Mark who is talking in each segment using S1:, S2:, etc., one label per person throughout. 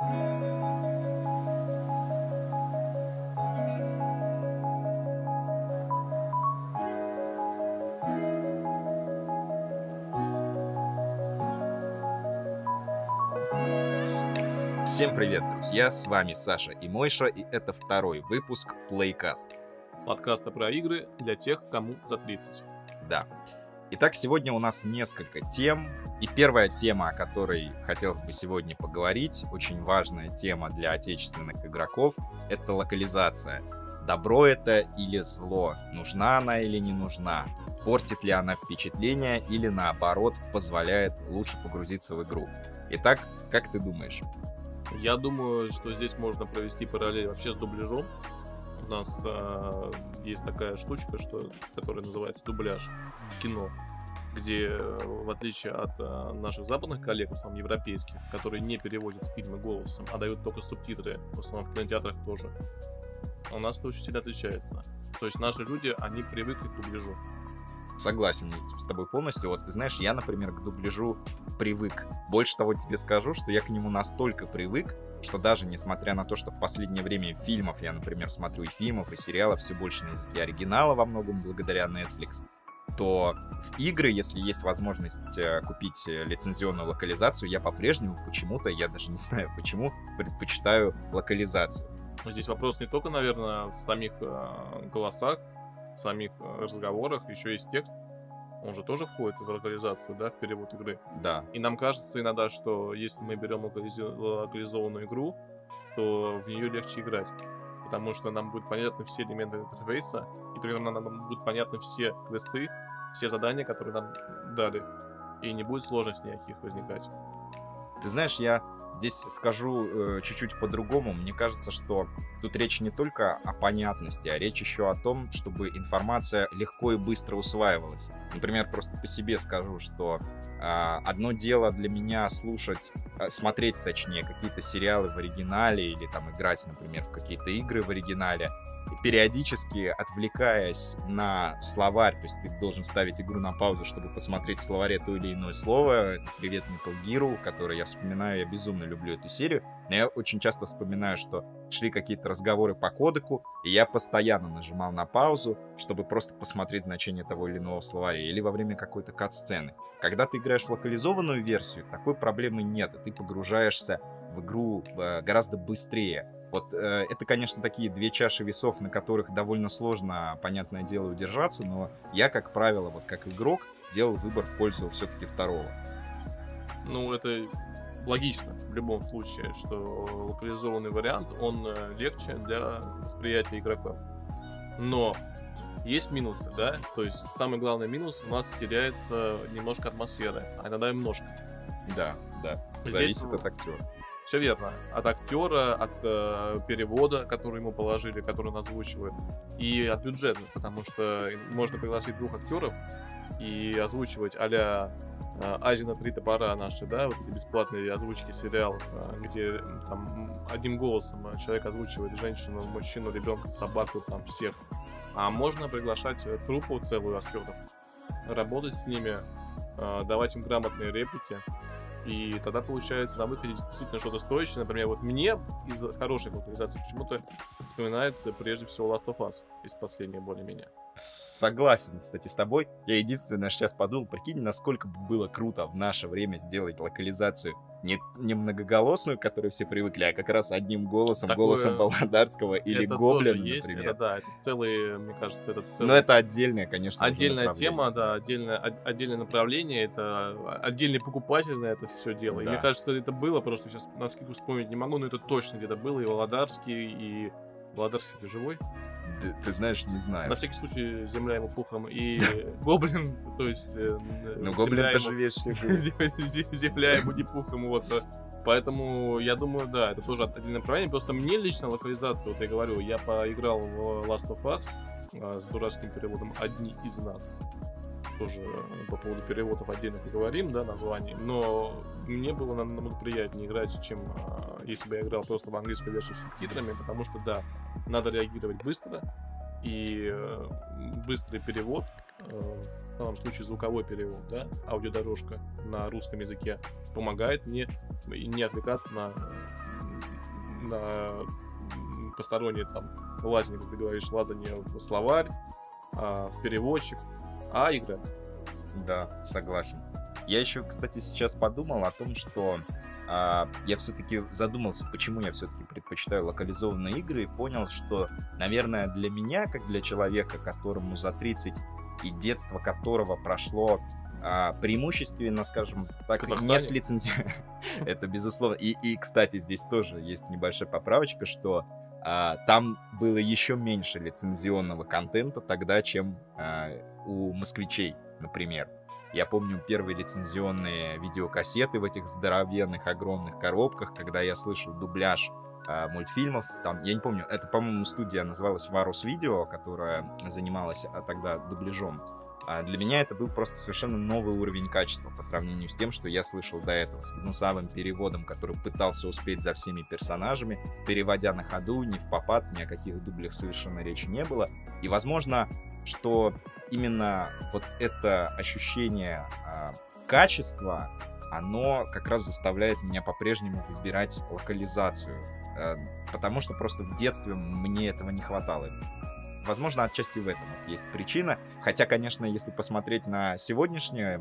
S1: Всем привет, друзья, с вами Саша и Мойша, и это второй выпуск Playcast.
S2: Подкаста про игры для тех, кому за 30.
S1: Да. Итак, сегодня у нас несколько тем, и первая тема, о которой хотелось бы сегодня поговорить, очень важная тема для отечественных игроков, это локализация. Добро это или зло? Нужна она или не нужна? Портит ли она впечатление или наоборот позволяет лучше погрузиться в игру? Итак, как ты думаешь?
S2: Я думаю, что здесь можно провести параллель вообще с дубляжом. У нас есть такая штучка, которая называется дубляж кино, где, в отличие от наших западных коллег, в основном европейских, которые не переводят фильмы голосом, а дают только субтитры, в основном в кинотеатрах тоже, у нас это очень сильно отличается. То есть наши люди, они привыкли к дубляжу.
S1: Согласен с тобой полностью. Вот ты знаешь, я, например, к дубляжу привык. Больше того тебе скажу, что я к нему настолько привык, что даже несмотря на то, что в последнее время фильмов я, например, смотрю и фильмов, и сериалов все больше на языке оригинала во многом благодаря Netflix, то в игры, если есть возможность купить лицензионную локализацию, я по-прежнему почему-то, я даже не знаю почему, предпочитаю локализацию.
S2: Здесь вопрос не только, наверное, в самих голосах, в самих разговорах, еще есть текст. Он же тоже входит в локализацию, да, в перевод игры.
S1: Да.
S2: И нам кажется иногда, что если мы берем локализованную игру, то в нее легче играть. Потому что нам будут понятны все элементы интерфейса, и примерно нам будут понятны все квесты, все задания, которые нам дали. И не будет сложностей никаких возникать.
S1: Ты знаешь, я здесь скажу чуть-чуть по-другому. Мне кажется, что тут речь не только о понятности, а речь еще о том, чтобы информация легко и быстро усваивалась. Например, просто по себе скажу, что одно дело для меня смотреть, точнее, какие-то сериалы в оригинале или там играть, например, в какие-то игры в оригинале, периодически отвлекаясь на словарь, то есть ты должен ставить игру на паузу, чтобы посмотреть в словаре то или иное слово. Это «Привет, Metal Gear», который я вспоминаю, я безумно люблю эту серию, но я очень часто вспоминаю, что шли какие-то разговоры по кодеку, и я постоянно нажимал на паузу, чтобы просто посмотреть значение того или иного в словаре, или во время какой-то кат-сцены. Когда ты играешь в локализованную версию, такой проблемы нет, и ты погружаешься в игру гораздо быстрее. Вот это, конечно, такие две чаши весов, на которых довольно сложно, понятное дело, удержаться, но я, как правило, вот как игрок, делал выбор в пользу все-таки второго.
S2: Ну, это логично в любом случае, что локализованный вариант, он легче для восприятия игрока. Но есть минусы, да? То есть самый главный минус: у нас теряется немножко атмосферы, а иногда и немножко.
S1: Да.
S2: Здесь
S1: Зависит от актера.
S2: Все верно. От актера, от перевода, который ему положили, который он озвучивает, и от бюджета, потому что можно пригласить 2 актеров и озвучивать а-ля Азина 3 топора наши, да, вот эти бесплатные озвучки сериалов, где там одним голосом человек озвучивает женщину, мужчину, ребенка, собаку, там всех. А можно приглашать труппу целую актеров, работать с ними, давать им грамотные реплики. И тогда получается на выходе действительно что-то стоящее. Например, вот мне из хорошей локализации почему-то вспоминается прежде всего Last of Us из последнего более-менее.
S1: Согласен, кстати, с тобой. Я единственное сейчас подумал, прикинь, насколько бы было круто в наше время сделать локализацию не многоголосную, к которой все привыкли, а как раз одним голосом,
S2: Такое...
S1: голосом Володарского или
S2: это
S1: Гоблина,
S2: тоже есть,
S1: например.
S2: это да, это целый, мне кажется, это целый...
S1: Но это отдельная, конечно,
S2: отдельная тема, да, отдельное направление, это отдельный покупатель на это все дело.
S1: Да.
S2: И мне кажется, это было, просто сейчас на скидку вспомнить не могу, но это точно где-то было, и Володарский, и... Володарский, кстати, живой?
S1: Ты знаешь, не знаю.
S2: На всякий случай земля ему пухом, и Гоблин, то есть...
S1: Ну, Гоблин-то живешь всегда.
S2: Земля ему не пухом, вот. Поэтому, я думаю, да, это тоже отдельное направление. Просто мне лично локализация, вот я говорю, я поиграл в Last of Us с дурацким переводом «Одни из нас». Тоже по поводу переводов отдельно поговорим, да, названий. Но мне было намного приятнее играть, чем если бы я играл просто в английскую версию с субтитрами, потому что, да, надо реагировать быстро, и быстрый перевод, в данном случае звуковой перевод, да, аудиодорожка на русском языке, помогает мне не отвлекаться на постороннее там лазание, как ты говоришь, лазание в словарь, в переводчик, а играть.
S1: Да, согласен. Я еще, кстати, сейчас подумал о том, что я все-таки задумался, почему я все-таки предпочитаю локализованные игры, и понял, что, наверное, для меня, как для человека, которому за 30 и детство которого прошло преимущественно, скажем так, не с лицензией. Это безусловно. И, кстати, здесь тоже есть небольшая поправочка, что там было еще меньше лицензионного контента тогда, чем у москвичей, например. Я помню первые лицензионные видеокассеты в этих здоровенных, огромных коробках, когда я слышал дубляж мультфильмов. Там, я не помню, это, по-моему, студия называлась Varus Video, которая занималась тогда дубляжом. Для меня это был просто совершенно новый уровень качества по сравнению с тем, что я слышал до этого, с гнусавым переводом, который пытался успеть за всеми персонажами, переводя на ходу, ни в попад, ни о каких дублях совершенно речи не было. И возможно, что именно вот это ощущение качества, оно как раз заставляет меня по-прежнему выбирать локализацию, потому что просто в детстве мне этого не хватало. Возможно, отчасти в этом есть причина. Хотя, конечно, если посмотреть на сегодняшние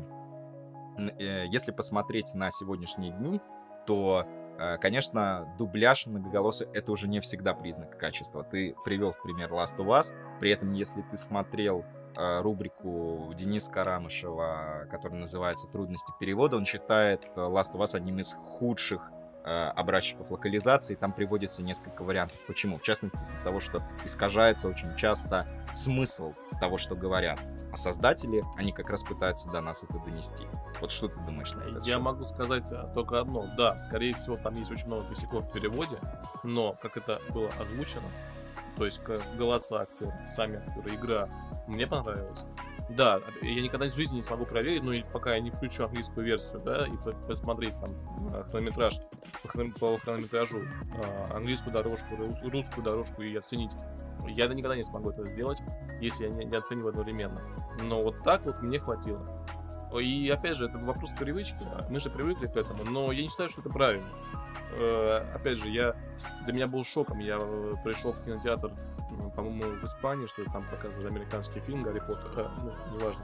S1: дни, то, конечно, дубляж многоголосый — это уже не всегда признак качества. Ты привел в пример Last of Us. При этом, если ты смотрел рубрику Дениса Карамышева, которая называется «Трудности перевода», он считает Last of Us одним из худших образчиков локализации. Там приводится несколько вариантов. Почему? В частности, из-за того, что искажается очень часто смысл того, что говорят. А создатели, они как раз пытаются до нас это донести. Вот что ты думаешь на это?
S2: Я могу сказать только одно. Да, скорее всего, там есть очень много косяков в переводе, но как это было озвучено, то есть голоса актеров, сами актеры, игра, мне понравилось. Да, я никогда в жизни не смогу проверить, но пока я не включу английскую версию, да, и посмотреть там хронометраж по хронометражу, английскую дорожку, русскую дорожку и оценить. Я никогда не смогу это сделать, если я не оцениваю одновременно. Но вот так вот мне хватило. И опять же, это вопрос привычки. Мы же привыкли к этому, но я не считаю, что это правильно. Опять же, для меня был шоком. Я пришел в кинотеатр, по-моему, в Испании, что там показывали американский фильм «Гарри Поттер». Неважно,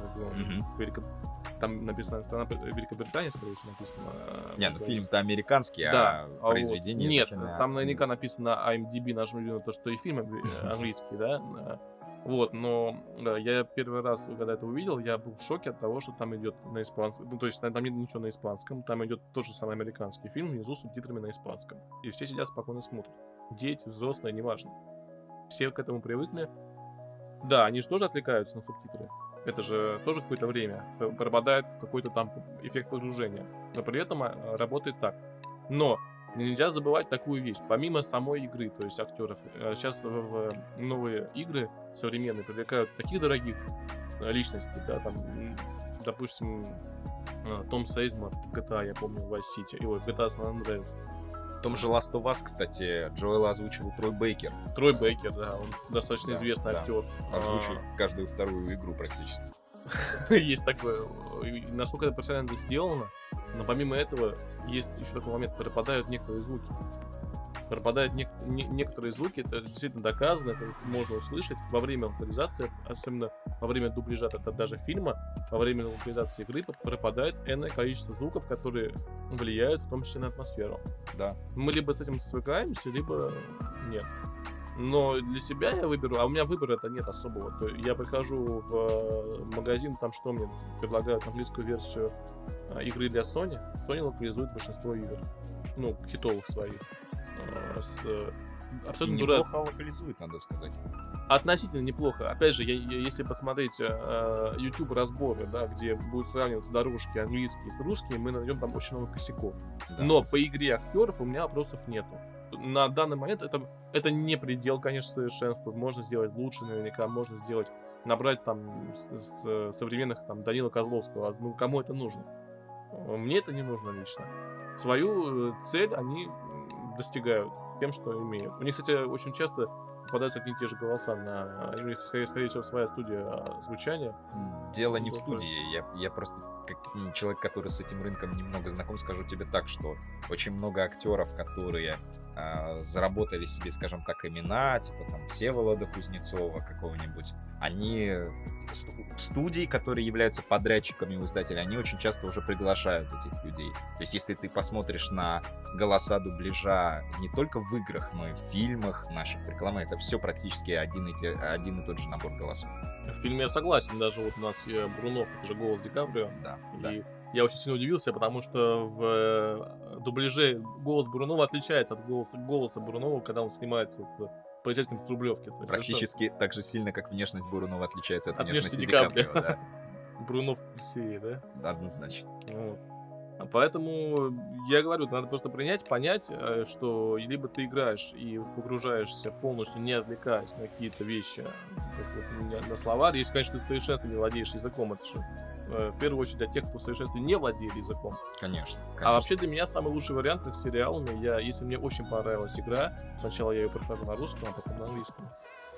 S2: там написано страна Великобритания, скорее всего, написано.
S1: Нет, фильм-то американский, да, а произведение...
S2: Нет, там наверняка написано IMDb, нажму то, что и фильм английский, да. Вот, но я первый раз, когда это увидел, я был в шоке от того, что там идет на испанском. Ну, то есть там нет ничего на испанском, там идет тот же самый американский фильм, внизу с субтитрами на испанском. И все сидят спокойно смотрят. Дети, взрослые, неважно. Все к этому привыкли. Да, они же тоже отвлекаются на субтитры. Это же тоже какое-то время. Пропадает какой-то там эффект погружения. Но при этом работает так. Но нельзя забывать такую вещь. Помимо самой игры, то есть актеров, сейчас в новые игры современные привлекают таких дорогих личностей, да, там, допустим, Том Сейзмар в GTA, я помню, в Vice City, в GTA San Andreas.
S1: В том же Last of Us, кстати, Джоэла озвучивал Трой Бейкер.
S2: Трой Бейкер, да, он достаточно известный актер.
S1: Озвучивает каждую вторую игру практически.
S2: Есть такое. Насколько это профессионально сделано, но помимо этого есть еще такой момент, пропадают некоторые звуки. Пропадают некоторые звуки, это действительно доказано, это можно услышать во время локализации, особенно во время дубляжа, это даже фильма, во время локализации игры пропадает энное количество звуков, которые влияют в том числе на атмосферу.
S1: Да.
S2: Мы либо с этим свыкаемся, либо нет. Но для себя я выберу, а у меня выбора это нет особого. То я прихожу в магазин, там что мне предлагают английскую версию игры для Sony. Sony локализует большинство игр, ну, хитовых своих. Абсолютно
S1: неплохо локализует, надо сказать.
S2: Относительно неплохо. Опять же, если посмотреть YouTube разборы, да, где будут сравниваться дорожки английские с русскими, мы найдем там очень много косяков. Да. Но по игре актеров у меня вопросов нету. На данный момент это не предел, конечно, совершенства. Можно сделать лучше, наверняка можно сделать, набрать там с современных там Данила Козловского. Ну, кому это нужно? Мне это не нужно лично. Свою цель они достигают тем, что имеют. У них, кстати, очень часто попадаются одни и те же голоса. У них, скорее всего, своя студия звучания.
S1: Дело не в
S2: Ну, то есть-
S1: студии. Я просто, как человек, который с этим рынком немного знаком, скажу тебе так, что очень много актеров, которые заработали себе, скажем так, имена, типа там Всеволода Кузнецова какого-нибудь, они студии, которые являются подрядчиками у издателя, они очень часто уже приглашают этих людей. То есть, если ты посмотришь на голоса дубляжа не только в играх, но и в фильмах, наших рекламах, это все практически один и тот же набор голосов.
S2: В фильме я согласен, даже вот у нас Брунов, это же голос Ди Каприо.
S1: Да,
S2: И
S1: да.
S2: я очень сильно удивился, потому что в дубляже голос Брунова отличается от голоса Брунова, когда он снимается в полицейском с Рублевки. То есть
S1: Практически так же сильно, как внешность Бурунова отличается от
S2: От
S1: внешности
S2: внешности
S1: Ди
S2: Ди Каприо.
S1: Каприо, да.
S2: Брунов красивее, да?
S1: Однозначно.
S2: Вот. А поэтому я говорю, надо просто понять, что либо ты играешь и погружаешься полностью, не отвлекаясь на какие-то вещи, на словарь. Если, конечно, ты в совершенстве не владеешь языком, это же в первую очередь для тех, кто в совершенстве не владеет языком.
S1: Конечно.
S2: А вообще для меня самый лучший вариант, как с сериалами, если мне очень понравилась игра, сначала я ее прохожу на русском, а потом на английском.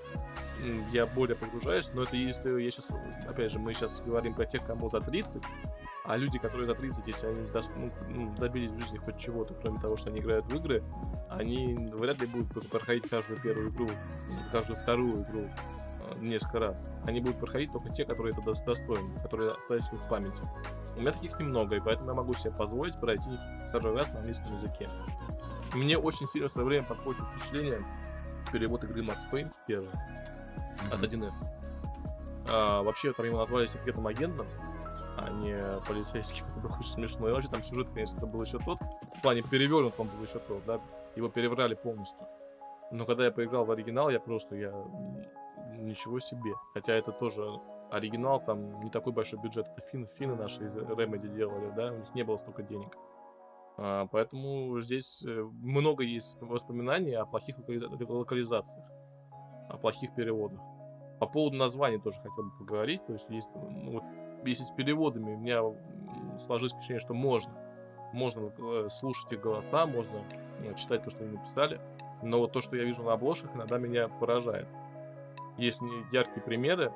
S2: Я более погружаюсь, но это если я сейчас, опять же, мы сейчас говорим про тех, кому за 30, а люди, которые за 30, если они добились в жизни хоть чего-то, кроме того, что они играют в игры, они вряд ли будут проходить каждую первую игру, каждую вторую игру несколько раз. Они будут проходить только те, которые это достойны, которые остались в их памяти. У меня таких немного, и поэтому я могу себе позволить пройти второй раз на английском языке. Мне очень сильно в свое время подходит впечатление перевод игры Max Payne первый от 1С. Вообще, там его назвали секретным агентом, а не полицейским. Это было очень смешно. И вообще там сюжет, конечно, был еще тот. В плане перевернут он был еще тот, да. Его переврали полностью. Но когда я поиграл в оригинал, я ничего себе. Хотя это тоже оригинал, там не такой большой бюджет. Это финны наши из Remedy делали, да. У них не было столько денег. Поэтому здесь много есть воспоминаний о плохих локализациях, о плохих переводах. По поводу названий тоже хотел бы поговорить. То есть, если с переводами у меня сложилось впечатление, что можно слушать их голоса, можно читать то, что они написали. Но вот то, что я вижу на обложках, иногда меня поражает. Есть яркие примеры.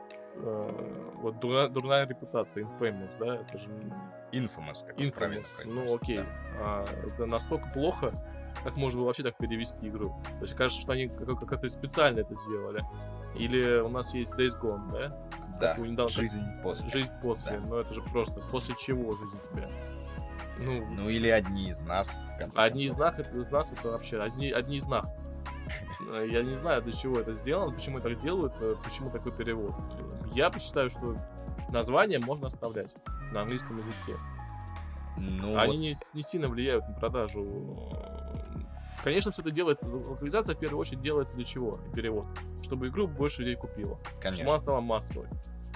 S2: Вот дурная репутация, Infamous, да, это же...
S1: Infamous, как правильно
S2: Infamous,
S1: произносится,
S2: окей.
S1: да.
S2: Это настолько плохо, как можно было вообще так перевести игру. То есть кажется, что они как-то специально это сделали. Или у нас есть Days Gone, да?
S1: Да,
S2: Недавно,
S1: жизнь после.
S2: Жизнь после,
S1: Да.
S2: но это же просто после чего жизнь тебя?
S1: Ну или одни из нас, в конце
S2: Одни из
S1: концов.
S2: нас это вообще одни из нас. Я не знаю, для чего это сделано, почему так делают, почему такой перевод. Я посчитаю, что название можно оставлять на английском языке.
S1: Ну,
S2: Они не сильно влияют на продажу. Конечно, все это делается, локализация в первую очередь делается для чего? Перевод. Чтобы игру больше людей купило.
S1: конечно.
S2: Чтобы она стала массовой.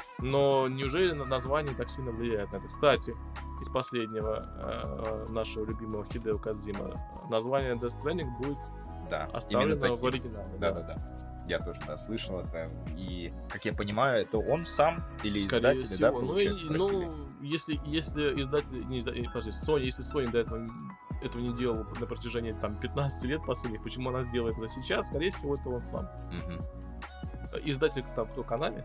S2: Но неужели название так сильно влияет на это? Кстати, из последнего нашего любимого Хидео Кодзима название Death Stranding будет
S1: Да,
S2: оставлено
S1: именно
S2: в
S1: таким.
S2: оригинале.
S1: Да. Я тоже, слышал это. И, как я понимаю, это он сам или
S2: Скорее
S1: издатели,
S2: всего.
S1: да, получается, просили?
S2: Если издатель, если Sony до этого не делал на протяжении 15 лет последних, почему она сделает это сейчас? Скорее всего, это он сам.
S1: Мгм.
S2: Издатель там кто, Konami?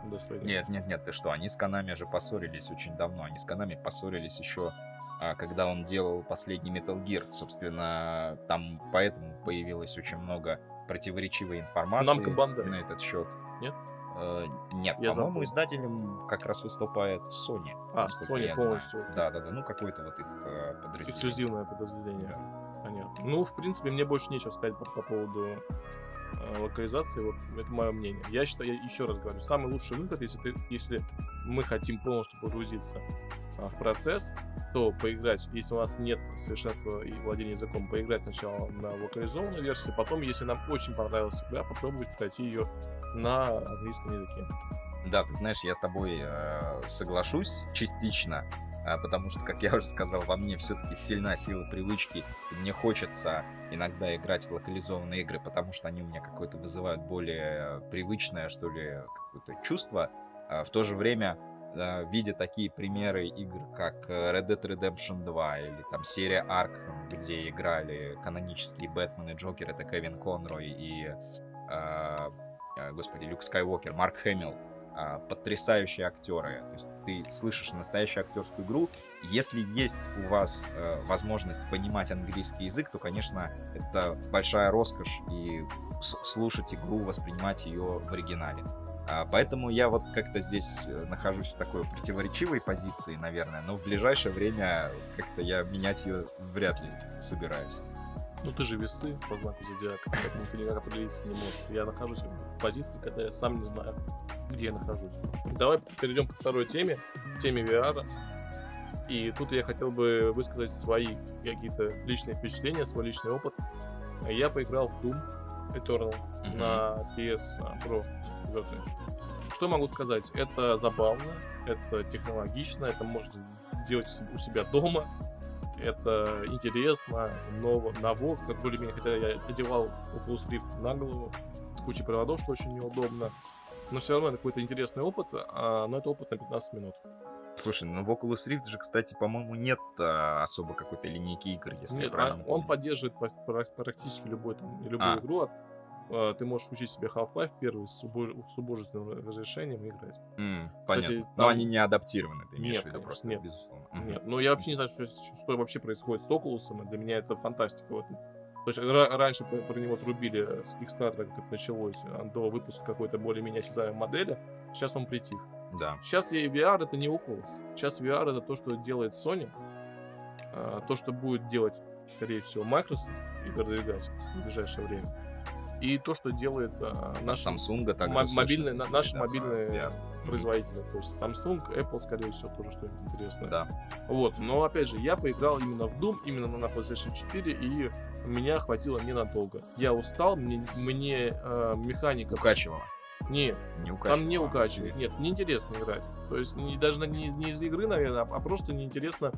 S1: Нет, ты что, они с Konami же поссорились очень давно. Они с Konami поссорились еще, когда он делал последний Metal Gear. Собственно, там поэтому появилось очень много противоречивой информации
S2: Namco Bandai.
S1: на этот счет.
S2: Нет?
S1: Нет,
S2: Я
S1: по-моему,
S2: забыл.
S1: издателем как раз выступает Sony. насколько
S2: Sony
S1: я
S2: полностью.
S1: знаю. Да, ну какой-то вот их подразделение.
S2: Эксклюзивное подразделение.
S1: Да.
S2: Понятно. Ну, в принципе, мне больше нечего сказать по поводу локализации. Вот это мое мнение. Я считаю, я еще раз говорю, самый лучший выход, если мы хотим полностью погрузиться в процесс, то поиграть, если у нас нет совершенства и владения языком, поиграть сначала на локализованной версии, потом, если нам очень понравилась игра, попробовать пройти ее на английском языке.
S1: Да, ты знаешь, я с тобой соглашусь частично, потому что, как я уже сказал, во мне все-таки сильна сила привычки, и мне хочется иногда играть в локализованные игры, потому что они у меня какое-то вызывают более привычное, что ли, какое-то чувство. В то же время, видя такие примеры игр, как Red Dead Redemption 2 или там серия Arkham, где играли канонические Бэтмен и Джокер, это Кевин Конрой и господи, Люк Скайуокер, Марк Хэмилл, потрясающие актеры. То есть ты слышишь настоящую актерскую игру. Если есть у вас возможность понимать английский язык, то, конечно, это большая роскошь и слушать игру, воспринимать ее в оригинале. Поэтому я вот как-то здесь нахожусь в такой противоречивой позиции, наверное, но в ближайшее время как-то я менять ее вряд ли собираюсь.
S2: Ну ты же весы по знаку зодиака, поэтому ты никак определиться не можешь. Я нахожусь в позиции, когда я сам не знаю, где я нахожусь. Давай перейдем ко второй теме VR. И тут я хотел бы высказать свои какие-то личные впечатления, свой личный опыт. Я поиграл в Doom Eternal на PS Pro 4. Что могу сказать? Это забавно, это технологично, это можно делать у себя дома. Это интересно, ново, как более-менее, хотя я одевал Oculus Rift на голову с кучей проводов, что очень неудобно. Но все равно это какой-то интересный опыт, но это опыт на 15 минут.
S1: Слушай, ну в Oculus Rift же, кстати, по-моему, нет особо какой-то линейки игр, если я правильно помню.
S2: Он поддерживает практически любую игру. Ты можешь включить себе Half-Life первый с убожественным разрешением и играть.
S1: Понятно. Кстати, но там... они не адаптированы, ты имеешь в виду просто,
S2: нет.
S1: Безусловно.
S2: Нет, ну я вообще не знаю, что вообще происходит с Oculus'ом, и для меня это фантастика в этом. То есть раньше про него трубили с Kickstarter, как это началось, до выпуска какой-то более-менее осязаемой модели, сейчас он притих.
S1: Да.
S2: Сейчас и VR это не Oculus, сейчас VR это то, что делает Sony, то, что будет делать, скорее всего, Microsoft и продвигать в ближайшее время. И то, что делает наши
S1: Samsung,
S2: мобильные производители. То есть Samsung, Apple, скорее всего, тоже что-нибудь интересное.
S1: Да.
S2: Вот. Но, опять же, я поиграл именно в Doom, именно на PlayStation 4, и меня хватило ненадолго. Я устал, мне механика...
S1: Укачивала.
S2: Нет,
S1: не укачивала.
S2: Там не укачивает. Нет, неинтересно играть. То есть даже не из игры, наверное, а просто неинтересно.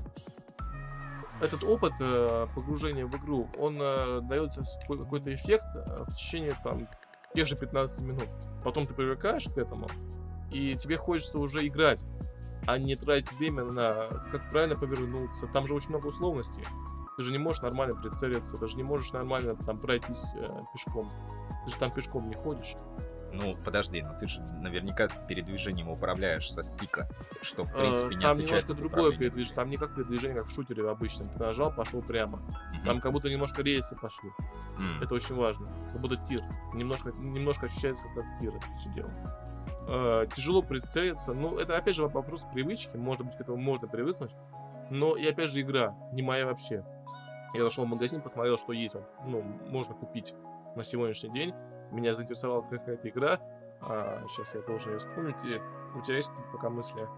S2: Этот опыт погружения в игру, он дает какой-то эффект в течение тех же 15 минут. Потом ты привыкаешь к этому, и тебе хочется уже играть, а не тратить время на как правильно повернуться. Там же очень много условностей. Ты же не можешь нормально прицелиться, ты же не можешь нормально пройтись пешком. Ты же там пешком не ходишь.
S1: Ну, подожди, но ты же наверняка передвижением управляешь со стика, что, в принципе, не
S2: там
S1: отличается
S2: от другое передвижение. Там не как передвижение, как в шутере обычном. Ты нажал, пошел прямо. Там как будто немножко рельсы пошли. Это очень важно. Как будто тир. Немножко ощущается, как тир это все дело. Тяжело прицелиться. Ну, это, опять же, вопрос привычки. Может быть, к этому можно привыкнуть. Но, и опять же, игра не моя вообще. Я зашел в магазин, посмотрел, что есть. Можно купить на сегодняшний день. Меня заинтересовала какая-то игра. Сейчас я должен ее вспомнить. И у тебя есть пока мысли?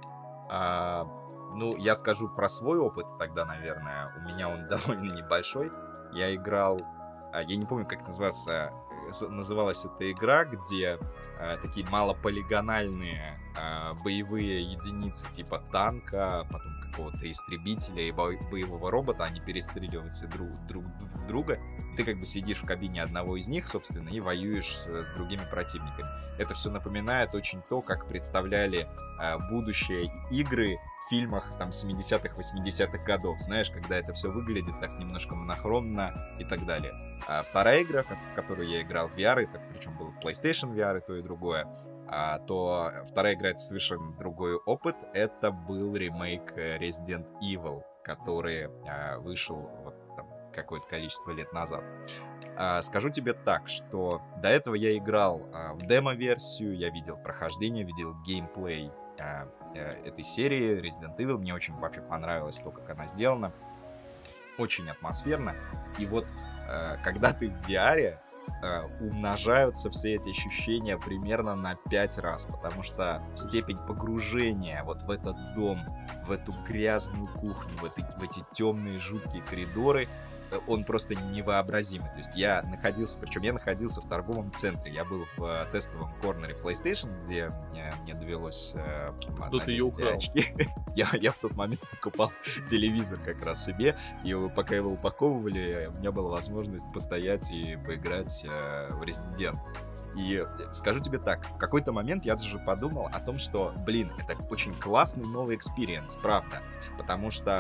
S1: Ну, я скажу про свой опыт тогда, наверное. У меня он довольно небольшой. Я играл... Я не помню, как называлась эта игра, где такие малополигональные боевые единицы типа танка, потом какого-то истребителя и боевого робота, они перестреливаются друг в друга. Ты как бы сидишь в кабине одного из них, собственно, и воюешь с другими противниками. Это все напоминает очень то, как представляли будущее игры в фильмах там 70-х, 80-х годов. Знаешь, когда это все выглядит так немножко монохромно и так далее. А вторая игра, в которую я играл в VR, это причем был PlayStation VR и то и другое, то вторая игра — это совершенно другой опыт. Это был ремейк Resident Evil, который вышел какое-то количество лет назад. Скажу тебе так, что до этого я играл в демо-версию, я видел прохождение, видел геймплей этой серии Resident Evil. Мне очень вообще понравилось то, как она сделана. Очень атмосферно. И вот когда ты в VR, умножаются все эти ощущения примерно на 5 раз, потому что степень погружения вот в этот дом, в эту грязную кухню, в эти темные жуткие коридоры, он просто невообразимый. То есть я находился в торговом центре, я был в тестовом корнере PlayStation, где мне довелось надеть эти очки. Я в тот момент покупал телевизор как раз себе, и пока его упаковывали, у меня была возможность постоять и поиграть в Resident. И скажу тебе так, в какой-то момент я даже подумал о том, что, это очень классный новый экспириенс, правда, потому что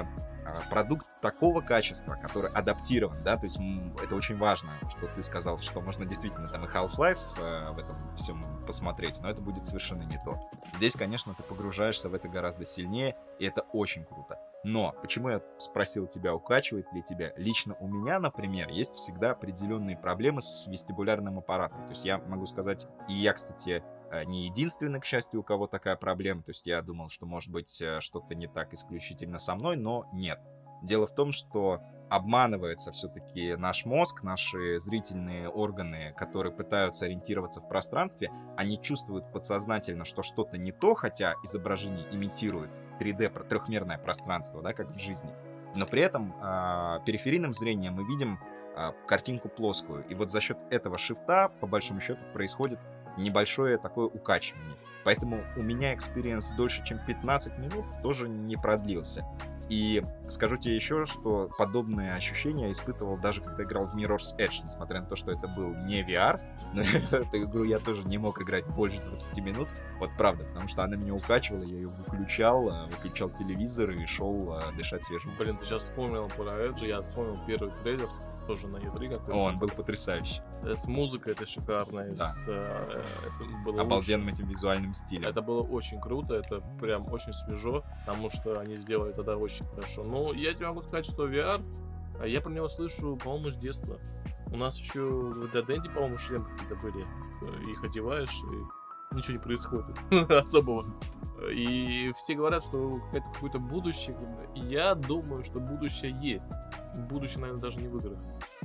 S1: продукт такого качества, который адаптирован, да, то есть это очень важно, что ты сказал, что можно действительно там и Half-Life в этом всем посмотреть, но это будет совершенно не то. Здесь, конечно, ты погружаешься в это гораздо сильнее, и это очень круто. Но почему я спросил тебя, укачивает ли тебя? Лично у меня, например, есть всегда определенные проблемы с вестибулярным аппаратом. То есть я могу сказать, и я, кстати, не единственный, к счастью, у кого такая проблема. То есть я думал, что, может быть, что-то не так исключительно со мной, но нет. Дело в том, что обманывается все-таки наш мозг, наши зрительные органы, которые пытаются ориентироваться в пространстве, они чувствуют подсознательно, что что-то не то, хотя изображение имитирует 3D, трехмерное пространство, да, как в жизни. Но при этом периферийным зрением мы видим картинку плоскую. И вот за счет этого шифта, по большому счету, происходит небольшое такое укачивание. Поэтому у меня экспириенс дольше, чем 15 минут, тоже не продлился. И скажу тебе еще, что подобные ощущения я испытывал даже когда играл в Mirror's Edge, несмотря на то, что это был не VR, но эту игру я тоже не мог играть больше 20 минут, вот правда, потому что она меня укачивала, я ее выключал телевизор и шел дышать свежим воздухом.
S2: Блин, ты сейчас вспомнил про Edge, я вспомнил первый трейлер, тоже на E3 какой-то.
S1: Он был потрясающий.
S2: С музыкой это шикарно,
S1: да.
S2: Это было
S1: обалденным этим визуальным стилем.
S2: Это было очень круто, это прям очень свежо, потому что они сделали тогда очень хорошо. Но я тебе могу сказать, что VR, я про него слышу, по-моему, с детства. У нас еще в Dead End, по-моему, шлемы какие-то были. Их одеваешь, и ничего не происходит особого. И все говорят, что это какое-то будущее. И я думаю, что будущее есть. Будущее, наверное, даже не в играх.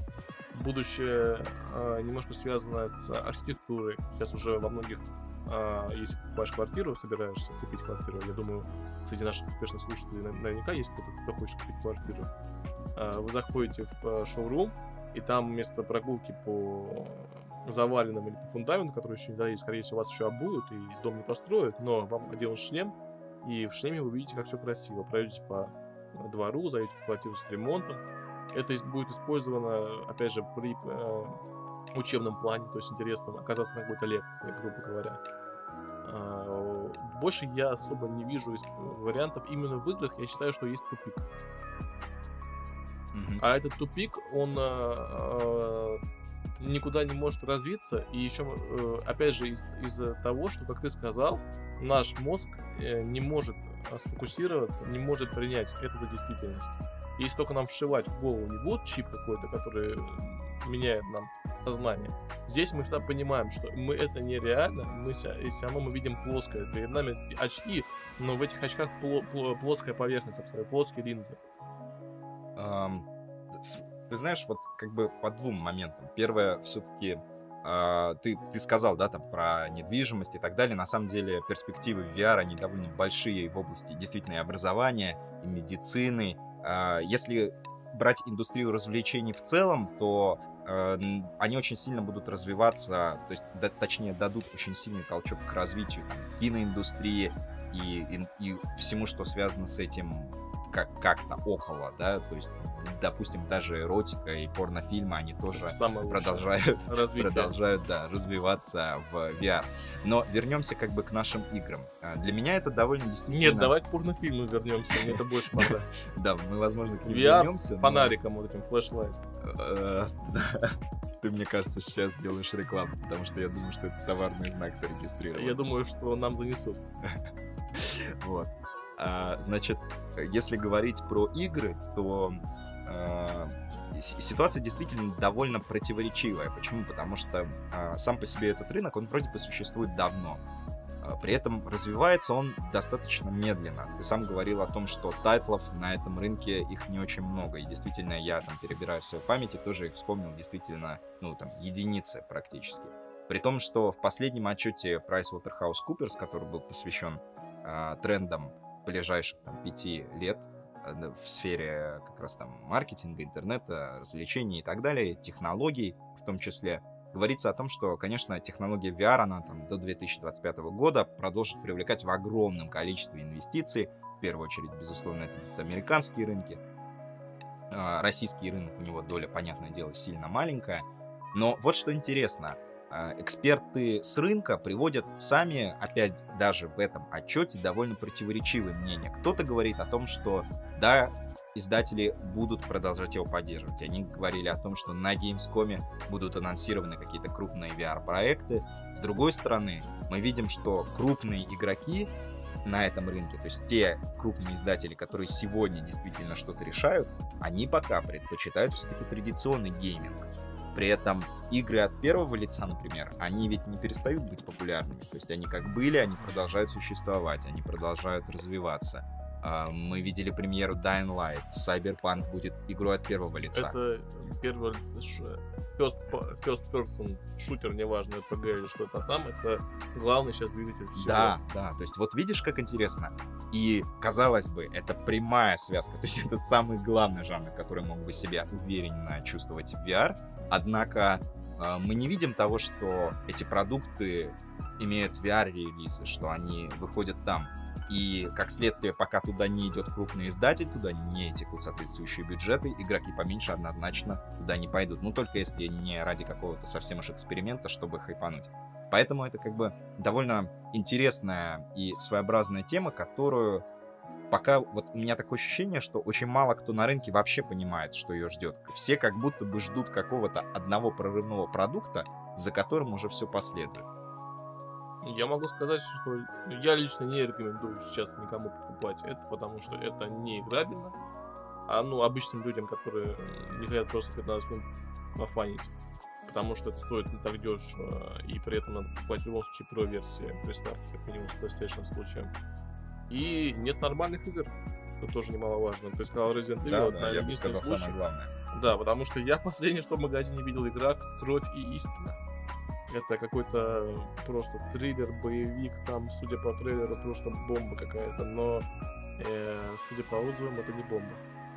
S2: Будущее немножко связано с архитектурой. Сейчас уже во многих, если покупаешь квартиру, собираешься купить квартиру, я думаю, среди наших успешных слушателей наверняка есть кто хочет купить квартиру. Вы заходите в шоурум, и там вместо прогулки по заваленным или по фундаменту, который еще не залезет, скорее всего, вас еще обуют и дом не построят, но вам оденут шлем, и в шлеме вы увидите, как все красиво. Пройдете по двору, зайдете в квартиру с ремонтом. Это будет использовано, опять же, при учебном плане, то есть интересно оказаться на какой-то лекции, грубо говоря. Больше я особо не вижу вариантов именно в играх. Я считаю, что есть тупик. А этот тупик, он никуда не может развиться. И еще, опять же, из-за того, что, как ты сказал, наш мозг не может сфокусироваться, не может принять это за действительность. Если только нам вшивать в голову не будет чип какой-то, который меняет нам сознание, здесь мы всегда понимаем, что мы это нереально, мы все равно мы видим плоское. Перед нами очки, но в этих очках плоская поверхность, абсолютно плоские линзы.
S1: Ты знаешь, вот как бы по двум моментам. Первое, все-таки ты сказал, да, там про недвижимость и так далее. На самом деле перспективы в VR, они довольно большие в области действительно и образования, и медицины. Если брать индустрию развлечений в целом, то они очень сильно будут развиваться, то есть, точнее, дадут очень сильный толчок к развитию киноиндустрии и всему, что связано с этим как-то около, да, то есть, допустим, даже эротика и порнофильмы, они тоже продолжают развиваться в VR. Но вернемся как бы к нашим играм. Для меня это довольно действительно...
S2: Нет, давай к порнофильму вернемся, мне это больше понравилось.
S1: Да, мы, возможно, к ним
S2: VR
S1: вернемся.
S2: с фонариком вот этим, флешлайт.
S1: Ты, мне кажется, сейчас делаешь рекламу, потому что я думаю, что это товарный знак зарегистрирован.
S2: Я думаю, что нам занесут.
S1: Вот. Значит, если говорить про игры, то ситуация действительно довольно противоречивая. Почему? Потому что сам по себе этот рынок, он вроде бы существует давно. При этом развивается он достаточно медленно. Ты сам говорил о том, что тайтлов на этом рынке их не очень много. И действительно, я там перебираю в своей памяти, тоже их вспомнил, действительно, единицы практически. При том, что в последнем отчете PricewaterhouseCoopers, который был посвящен трендам ближайших 5 лет в сфере как раз там маркетинга, интернета, развлечений и так далее, технологий в том числе, говорится о том, что, конечно, технология VR, она там до 2025 года продолжит привлекать в огромном количестве инвестиций. В первую очередь, безусловно, это будут американские рынки. Российский рынок, у него доля, понятное дело, сильно маленькая. Но вот что интересно. Эксперты с рынка приводят сами, опять даже в этом отчете, довольно противоречивые мнения. Кто-то говорит о том, что да, издатели будут продолжать его поддерживать. Они говорили о том, что на Gamescom будут анонсированы какие-то крупные VR-проекты. С другой стороны, мы видим, что крупные игроки на этом рынке, то есть те крупные издатели, которые сегодня действительно что-то решают, они пока предпочитают все-таки традиционный гейминг. При этом игры от первого лица, например, они ведь не перестают быть популярными. То есть они как были, они продолжают существовать, они продолжают развиваться. Мы видели премьеру Dying Light, Cyberpunk будет игрой от первого лица.
S2: Это первый first person шутер, неважно, RPG или что-то там, это главный сейчас двигатель всего.
S1: Да, то есть вот видишь, как интересно. И, казалось бы, это прямая связка, то есть это самый главный жанр, который мог бы себя уверенно чувствовать в VR. Однако мы не видим того, что эти продукты имеют VR-релизы, что они выходят там. И, как следствие, пока туда не идет крупный издатель, туда не текут соответствующие бюджеты, игроки поменьше однозначно туда не пойдут. Ну, только если не ради какого-то совсем уж эксперимента, чтобы хайпануть. Поэтому это как бы довольно интересная и своеобразная тема, которую пока вот у меня такое ощущение, что очень мало кто на рынке вообще понимает, что ее ждет. Все как будто бы ждут какого-то одного прорывного продукта, за которым уже все последует.
S2: Я могу сказать, что я лично не рекомендую сейчас никому покупать это, потому что это не играбельно. А обычным людям, которые не хотят просто 15 минут нафанить, потому что это стоит не так дешево, и при этом надо покупать в любом случае Pro-версии приставки, как минимум с PlayStation случаем. И нет нормальных игр, что тоже немаловажно. Ты сказал Resident Evil,
S1: да, я бы сказал самое главное.
S2: Да, потому что я последнее, что в магазине видел, игра «Кровь и истина». Это какой-то просто триллер, боевик, там, судя по трейлеру, просто бомба какая-то, но, судя по отзывам, это не бомба.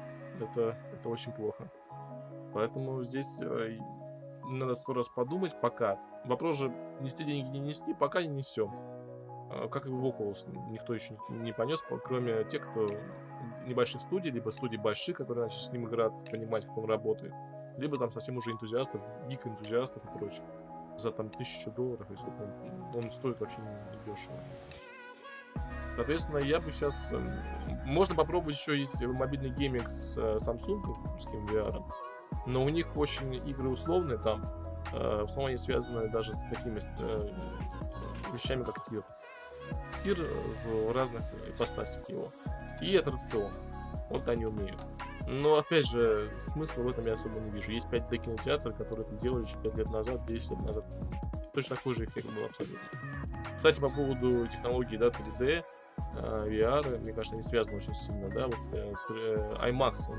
S2: Это очень плохо. Поэтому здесь надо 100 раз подумать пока. Вопрос же, нести деньги, не нести, пока не несем. Как и в Oculus, никто еще не понес, кроме тех, кто небольших студий, либо студий больших, которые начали с ним играться, понимать, как он работает, либо там совсем уже энтузиастов, гик-энтузиастов и прочее. За там $1000, если он стоит вообще недешево. Соответственно, я бы сейчас... Можно попробовать еще, есть мобильный гейминг с Samsung, с VR, но у них очень игры условные там. В основном они связаны даже с такими вещами, как тир. Тир в разных ипостасях его. И аттракцион. Вот они умеют. Но, опять же, смысла в этом я особо не вижу. Есть 5D кинотеатр, который это делали еще 5 лет назад, 10 лет назад. Точно такой же эффект был абсолютно. Кстати, по поводу технологий, да, 3D, VR, мне кажется, они связаны очень сильно, да, вот IMAX,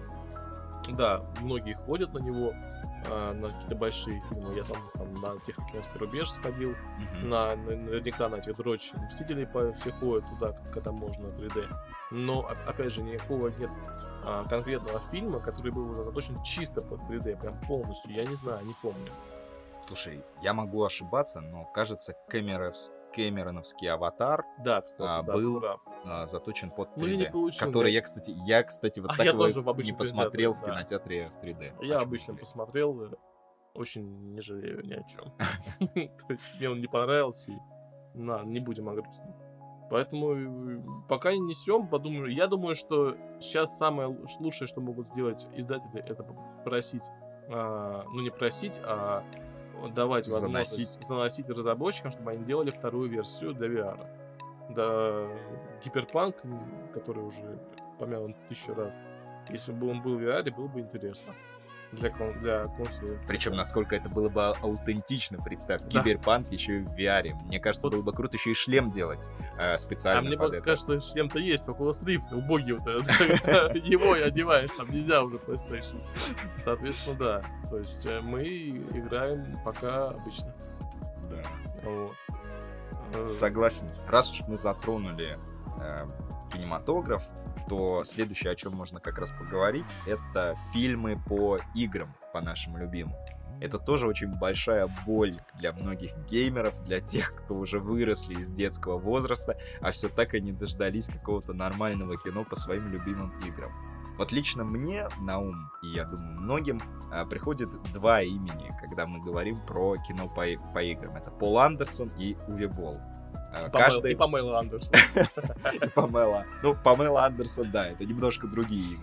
S2: да, многие ходят на него, на какие-то большие фильмы. Я сам там на Технокинский рубеж сходил, наверняка на этих дрочь Мстителей все ходят туда, когда можно 3D. Но, опять же, никакого нет конкретного фильма, который был заточен чисто под 3D, прям полностью. Я не знаю, не помню.
S1: Слушай, я могу ошибаться, но кажется, Кэмероновский «Аватар»,
S2: да, кстати,
S1: был заточен под 3D, который я, кстати, вот так его не посмотрел в кинотеатре в 3D.
S2: Я обычно посмотрел, очень не жалею ни о чем. То есть мне он не понравился, и не будем о грустном. Поэтому пока не несем, подумаю. Я думаю, что сейчас самое лучшее, что могут сделать издатели, это попросить, не просить, а давать возможность заносить разработчикам, чтобы они делали вторую версию для VR. Да, Киберпанк, который уже помянут 1000 раз, если бы он был в VR, было бы интересно. Для консоли.
S1: Причем, насколько это было бы аутентично, представь, да. Киберпанк еще и в VR. Мне кажется, было бы круто еще и шлем делать специально.
S2: А мне кажется, шлем-то есть, Oculus Rift, убогий вот этот. Его и одеваешь, там нельзя уже PlayStation. Соответственно, да. То есть мы играем пока обычно.
S1: Да. Вот. Согласен. Раз уж мы затронули кинематограф, то следующее, о чем можно как раз поговорить, это фильмы по играм, по нашим любимым. Это тоже очень большая боль для многих геймеров, для тех, кто уже выросли из детского возраста, а все так и не дождались какого-то нормального кино по своим любимым играм. Вот лично мне на ум, и я думаю многим, приходит два имени, когда мы говорим про кино по играм. Это Пол Андерсон и Уве Болл.
S2: И Памела Андерсон.
S1: И Памела. Ну, Памела Андерсон, да, это немножко другие игры.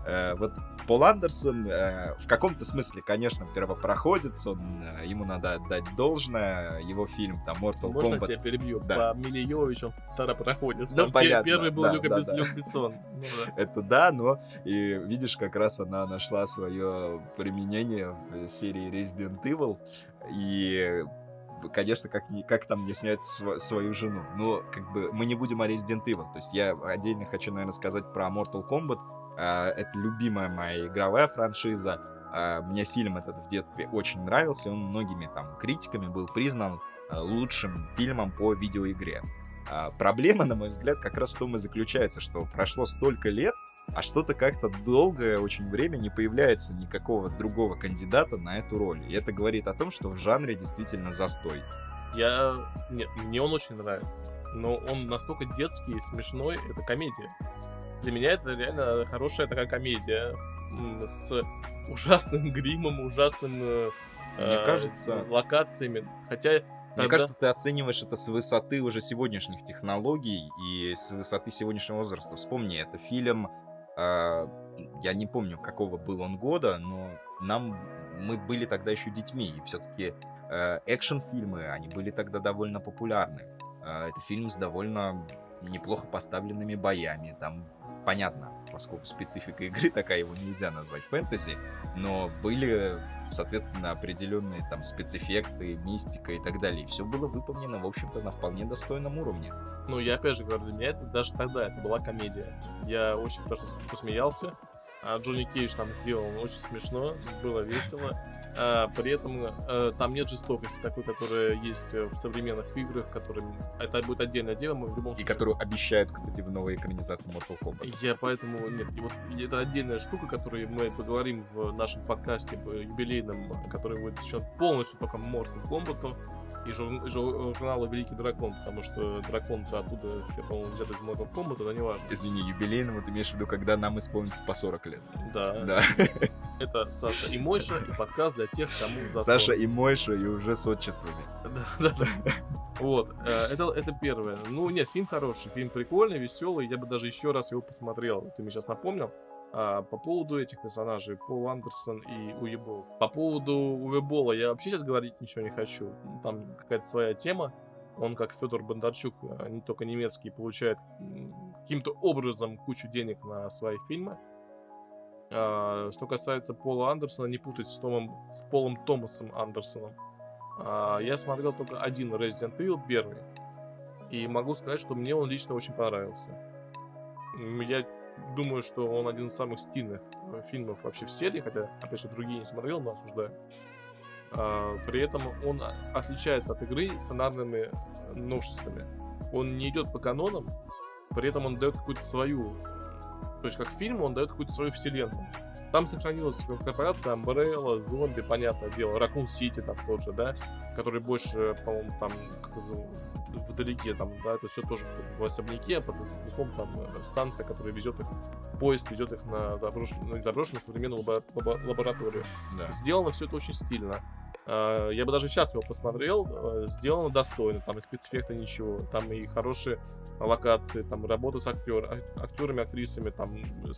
S1: Вот Пол Андерсон в каком-то смысле, конечно, первопроходец, ему надо отдать должное, его фильм там Mortal
S2: Можно
S1: Kombat.
S2: тебя перебью?
S1: Да.
S2: По Миле Йовович он второпроходец.
S1: Ну,
S2: Там
S1: понятно,
S2: Первый был
S1: да,
S2: Люк
S1: да, да.
S2: Бессон. Ну да.
S1: Это да, но и видишь, как раз она нашла свое применение в серии Resident Evil. И, конечно, как там не снять свою жену. Но как бы мы не будем о Resident Evil. То есть я отдельно хочу, наверное, сказать про Mortal Kombat. Это любимая моя игровая франшиза. Мне фильм этот в детстве очень нравился. Он многими там критиками был признан лучшим фильмом по видеоигре. Проблема, на мой взгляд, как раз в том и заключается, что прошло столько лет, а что-то как-то долгое очень время не появляется никакого другого кандидата на эту роль. И это говорит о том, что в жанре действительно застой.
S2: Нет, мне он очень нравится. Но он настолько детский и смешной, это комедия. Для меня это реально хорошая такая комедия. С ужасным гримом, ужасным
S1: Мне кажется...
S2: локациями. Хотя...
S1: Мне кажется, ты оцениваешь это с высоты уже сегодняшних технологий и с высоты сегодняшнего возраста. Вспомни, это фильм, я не помню, какого был он года, но мы были тогда еще детьми, и все-таки экшн-фильмы, они были тогда довольно популярны. Это фильм с довольно неплохо поставленными боями, там, понятно, поскольку специфика игры такая, его нельзя назвать фэнтези, но были, соответственно, определенные там спецэффекты, мистика и так далее. И все было выполнено, в общем-то, на вполне достойном уровне.
S2: Ну, я опять же говорю, для меня это даже тогда это была комедия. Я очень хорошо посмеялся. А Джонни Кейдж там сделал очень смешно, было весело. При этом там нет жестокости такой, которая есть в современных играх, которым это будет отдельное дело, мы в любом случае...
S1: И которую обещают, кстати, в новой экранизации Mortal Kombat.
S2: Я поэтому... Нет, и вот это отдельная штука, которую мы поговорим в нашем подкасте юбилейном, который будет еще полностью только Mortal Kombat и журнала «Великий дракон», потому что дракон-то оттуда, по-моему, взят из Mortal Kombat, но не важно.
S1: Извини, юбилейным, ты имеешь в виду, когда нам исполнится по 40 лет?
S2: Да. Это Саша и Мойша, и подкаст для тех, кому за 40.
S1: Саша и Мойша, и уже с отчествами.
S2: Да. Вот, это первое. Ну, нет, фильм хороший, фильм прикольный, веселый, я бы даже еще раз его посмотрел, ты мне сейчас напомнил. По поводу этих персонажей, Пол Андерсон и Уве Болл. По поводу Уве Болла я вообще сейчас говорить ничего не хочу. Там какая-то своя тема. Он, как Федор Бондарчук, не только немецкий, получает каким-то образом кучу денег на свои фильмы. Что касается Пола Андерсона, не путать с Полом Томасом Андерсоном. Я смотрел только один Resident Evil, первый. И могу сказать, что мне он лично очень понравился. Я думаю, что он один из самых стильных фильмов вообще в серии, хотя, опять же, другие не смотрел, но осуждаю. При этом он отличается от игры сценарными новшествами. Он не идет по канонам, при этом он дает какую-то свою... То есть, как фильм, он дает какую-то свою вселенную. Там сохранилась корпорация Umbrella, зомби, понятное дело, Raccoon City там тот же, да, который больше, по-моему, там вдалеке, там, да, это все тоже в особняке, а под особняком там станция, которая везет их, поезд везет их на заброшенную современную лабораторию.
S1: Да.
S2: Сделано все это очень стильно. Я бы даже сейчас его посмотрел, сделано достойно, там и спецэффекты ничего, там и хорошие локации, там работа с актерами, актрисами, там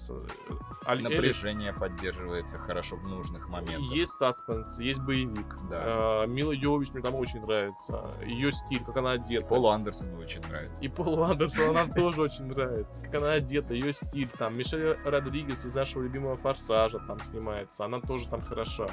S1: напряжение поддерживается хорошо в нужных моментах.
S2: Есть саспенс, есть боевик.
S1: Да.
S2: Мила Йовович мне там очень нравится, ее стиль, как она одета.
S1: И Полу Андерсону очень нравится.
S2: И Полу Андерсону нам тоже очень нравится, как она одета, ее стиль, там Мишель Родригес из нашего любимого «Форсажа» там снимается, она тоже там хороша.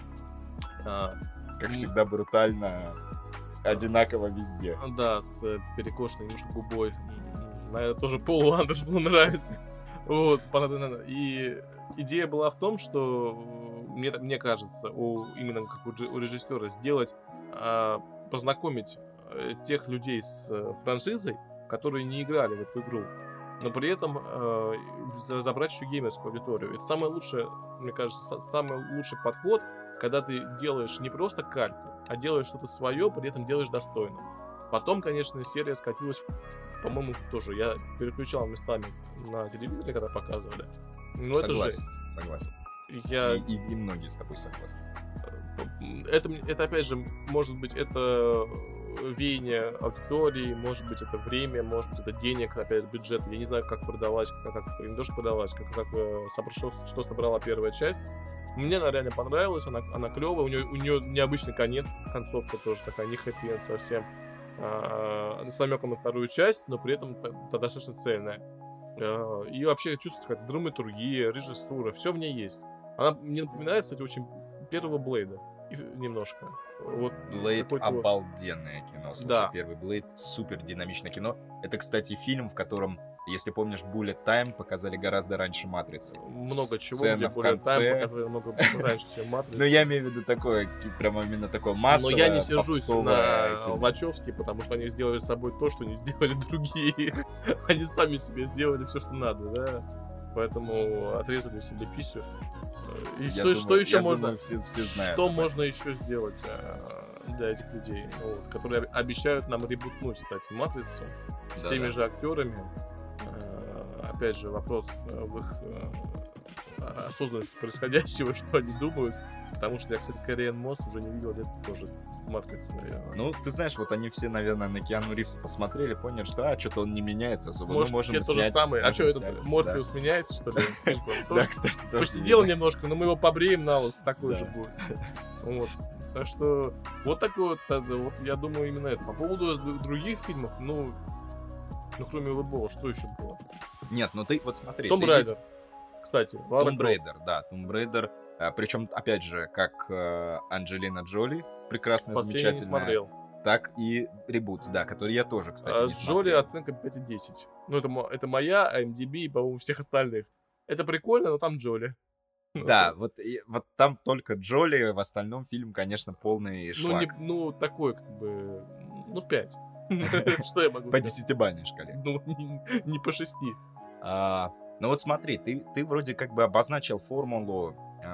S1: Как всегда, брутально, одинаково везде.
S2: Да, с перекошенной немножко губой. Наверное, тоже Полу Андерсону нравится. Вот, и идея была в том, что мне кажется, именно как у режиссера сделать, познакомить тех людей с франшизой, которые не играли в эту игру, но при этом забрать еще геймерскую аудиторию. Это самое лучшее, мне кажется, самый лучший подход, когда ты делаешь не просто кальку, а делаешь что-то свое, при этом делаешь достойно. Потом, конечно, серия скатилась, по-моему, тоже. Я переключал местами на телевизоре, когда показывали. Но
S1: согласен,
S2: это жесть.
S1: Согласен. И многие с тобой согласны.
S2: Это, опять же, может быть, это веяние аудитории, может быть, это время, может быть, это денег, опять бюджет. Я не знаю, как продалась, не то, что продалась, что собрала первая часть. Мне она реально понравилась, она клевая, у нее необычный конец, концовка тоже такая, не хэппи-энд совсем, с намеком на вторую часть, но при этом достаточно цельная. И вообще чувствуется как драматургия, режиссура, все в ней есть. Она мне напоминает, кстати, очень первого Блейда. Немножко. Вот
S1: Блейд обалденное кино. Слушай,
S2: да.
S1: Первый Блейд супер динамичное кино. Это, кстати, фильм, в котором, если помнишь, Bullet Time показали гораздо раньше Матрицы.
S2: Много чего,
S1: Сцена
S2: где
S1: в
S2: Bullet
S1: конце.
S2: Time показывали много раньше, чем Матрицы.
S1: Ну, я имею в виду такое, прямо именно такое массовое,
S2: но я не сержусь на
S1: попсовое кино.
S2: Вачовски, потому что они сделали с собой то, что не сделали другие. Они сами себе сделали все, что надо, да. Поэтому отрезали себе писю. И
S1: Я
S2: что
S1: думаю,
S2: еще
S1: я
S2: можно?
S1: думаю, все знают
S2: Что
S1: об этом.
S2: можно еще сделать для этих людей, вот, которые обещают нам ребутнуть, кстати, Матрицу с теми же актерами. Опять же, вопрос в их осознанности происходящего, что они думают. Потому что я, кстати, Кориэн Мост уже не видел, это тоже с Матрицей, наверное.
S1: Ну, ты знаешь, вот они все, наверное, на Киану Ривза посмотрели, поняли, что что-то он не меняется особо.
S2: Может,
S1: мы можем
S2: то же
S1: снять,
S2: самое. А что,
S1: можем
S2: этот
S1: снять,
S2: Морфеус меняется, что ли?
S1: Да, кстати, тоже
S2: Посидел
S1: не
S2: немножко, но мы его побреем на лысо, такой
S1: Да.
S2: же будет. Вот. Так что вот такой вот, я думаю, именно это. По поводу других фильмов, ну кроме Уэбола, что еще было?
S1: Нет, ну ты вот смотри.
S2: Том
S1: ты
S2: Райдер, кстати. Лара
S1: Том
S2: Крофт.
S1: Брейдер, да, Том Брейдер. Причем, опять же, как Анджелина Джоли, прекрасная,
S2: Последний не
S1: замечательная,
S2: смотрел.
S1: так и ребут, да, который я тоже, кстати, не
S2: С Джоли
S1: смотрел.
S2: оценка 5,10. Ну, это моя, IMDb и, по-моему, всех остальных. Это прикольно, но там Джоли.
S1: Да, вот там только Джоли, в остальном фильм, конечно, полный
S2: Ну,
S1: шлак.
S2: такой, как бы, 5. Что я могу
S1: По
S2: сказать?
S1: 10-бальной шкале.
S2: Ну, не по 6.
S1: Ну вот смотри, ты вроде как бы обозначил формулу,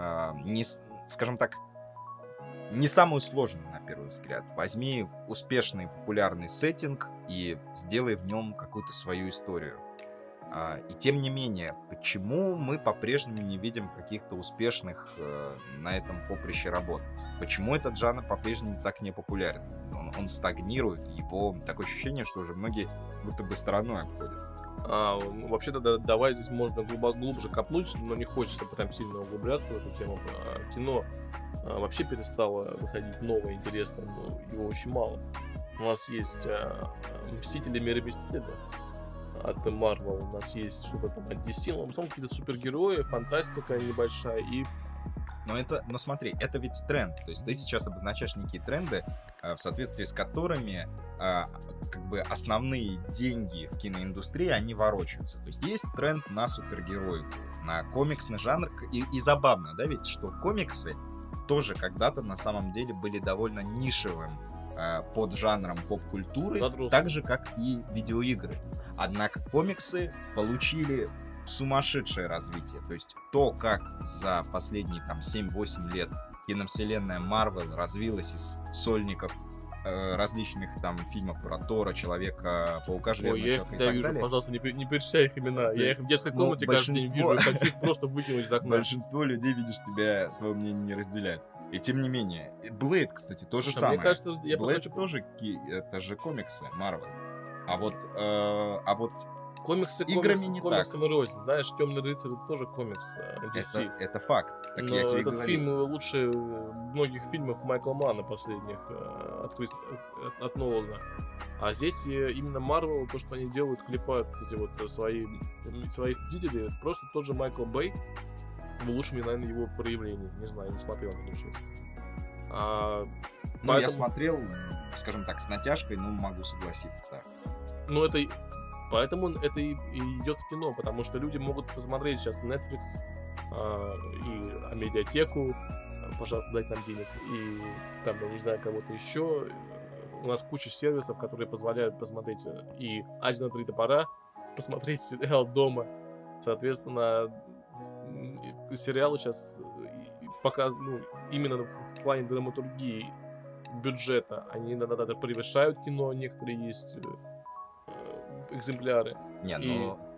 S1: скажем так, не самую сложную, на первый взгляд. Возьми успешный популярный сеттинг и сделай в нем какую-то свою историю. И тем не менее, почему мы по-прежнему не видим каких-то успешных на этом поприще работ? Почему этот жанр по-прежнему так не популярен? Он стагнирует, его такое ощущение, что уже многие будто бы стороной обходят.
S2: Вообще-то давай здесь можно глубже копнуть, но не хочется прям сильно углубляться в эту тему. Кино вообще перестало выходить новое, интересное, но его очень мало. У нас есть Мстители, Мир и Мстители от Marvel, у нас есть что-то там от DC, но в основном какие-то супергерои, фантастика небольшая и...
S1: Но смотри, это ведь тренд. То есть ты сейчас обозначаешь некие тренды, в соответствии с которыми как бы основные деньги в киноиндустрии, они ворочаются. То есть есть тренд на супергероику, на комиксный жанр. И забавно, да, ведь, что комиксы тоже когда-то на самом деле были довольно нишевым поджанром поп-культуры, так же, как и видеоигры. Однако комиксы получили сумасшедшее развитие. То есть то, как за последние там 7-8 лет киновселенная Marvel развилась из сольников различных там фильмов про Тора, Человека-паука, Железного человека и так
S2: вижу,
S1: далее.
S2: пожалуйста, не перечисляй их имена. Я их в детской комнате каждый день вижу и хочу их просто выкинуть из окна.
S1: Большинство людей, видишь, твое мнение не разделяют. И тем не менее, Блейд, кстати, то же самое.
S2: Мне кажется, я
S1: Блейд
S2: просто...
S1: тоже это же комиксы Marvel. А вот
S2: Комиксы,
S1: с играми не так.
S2: комиксом и рознь. Знаешь, Темный рыцарь это тоже комикс DC.
S1: Это факт. Так
S2: но
S1: я тебе
S2: этот
S1: говорю.
S2: фильм лучше многих фильмов Майкла Манна последних от Нолана. А здесь именно Marvel, то, что они делают, клепают эти вот своих победителей, это просто тот же Майкл Бэй в лучшем, наверное, его проявлении. Не знаю, не смотрел на ничего.
S1: Я смотрел, скажем так, с натяжкой, но могу согласиться, да.
S2: Поэтому это и идет в кино, потому что люди могут посмотреть сейчас Netflix и медиатеку, пожалуйста, дать нам денег, и там, я не знаю, кого-то еще. У нас куча сервисов, которые позволяют посмотреть и «Один на три топора», посмотреть сериал дома. Соответственно, сериалы сейчас показывают, именно в плане драматургии, бюджета, они иногда превышают кино, некоторые есть экземпляры.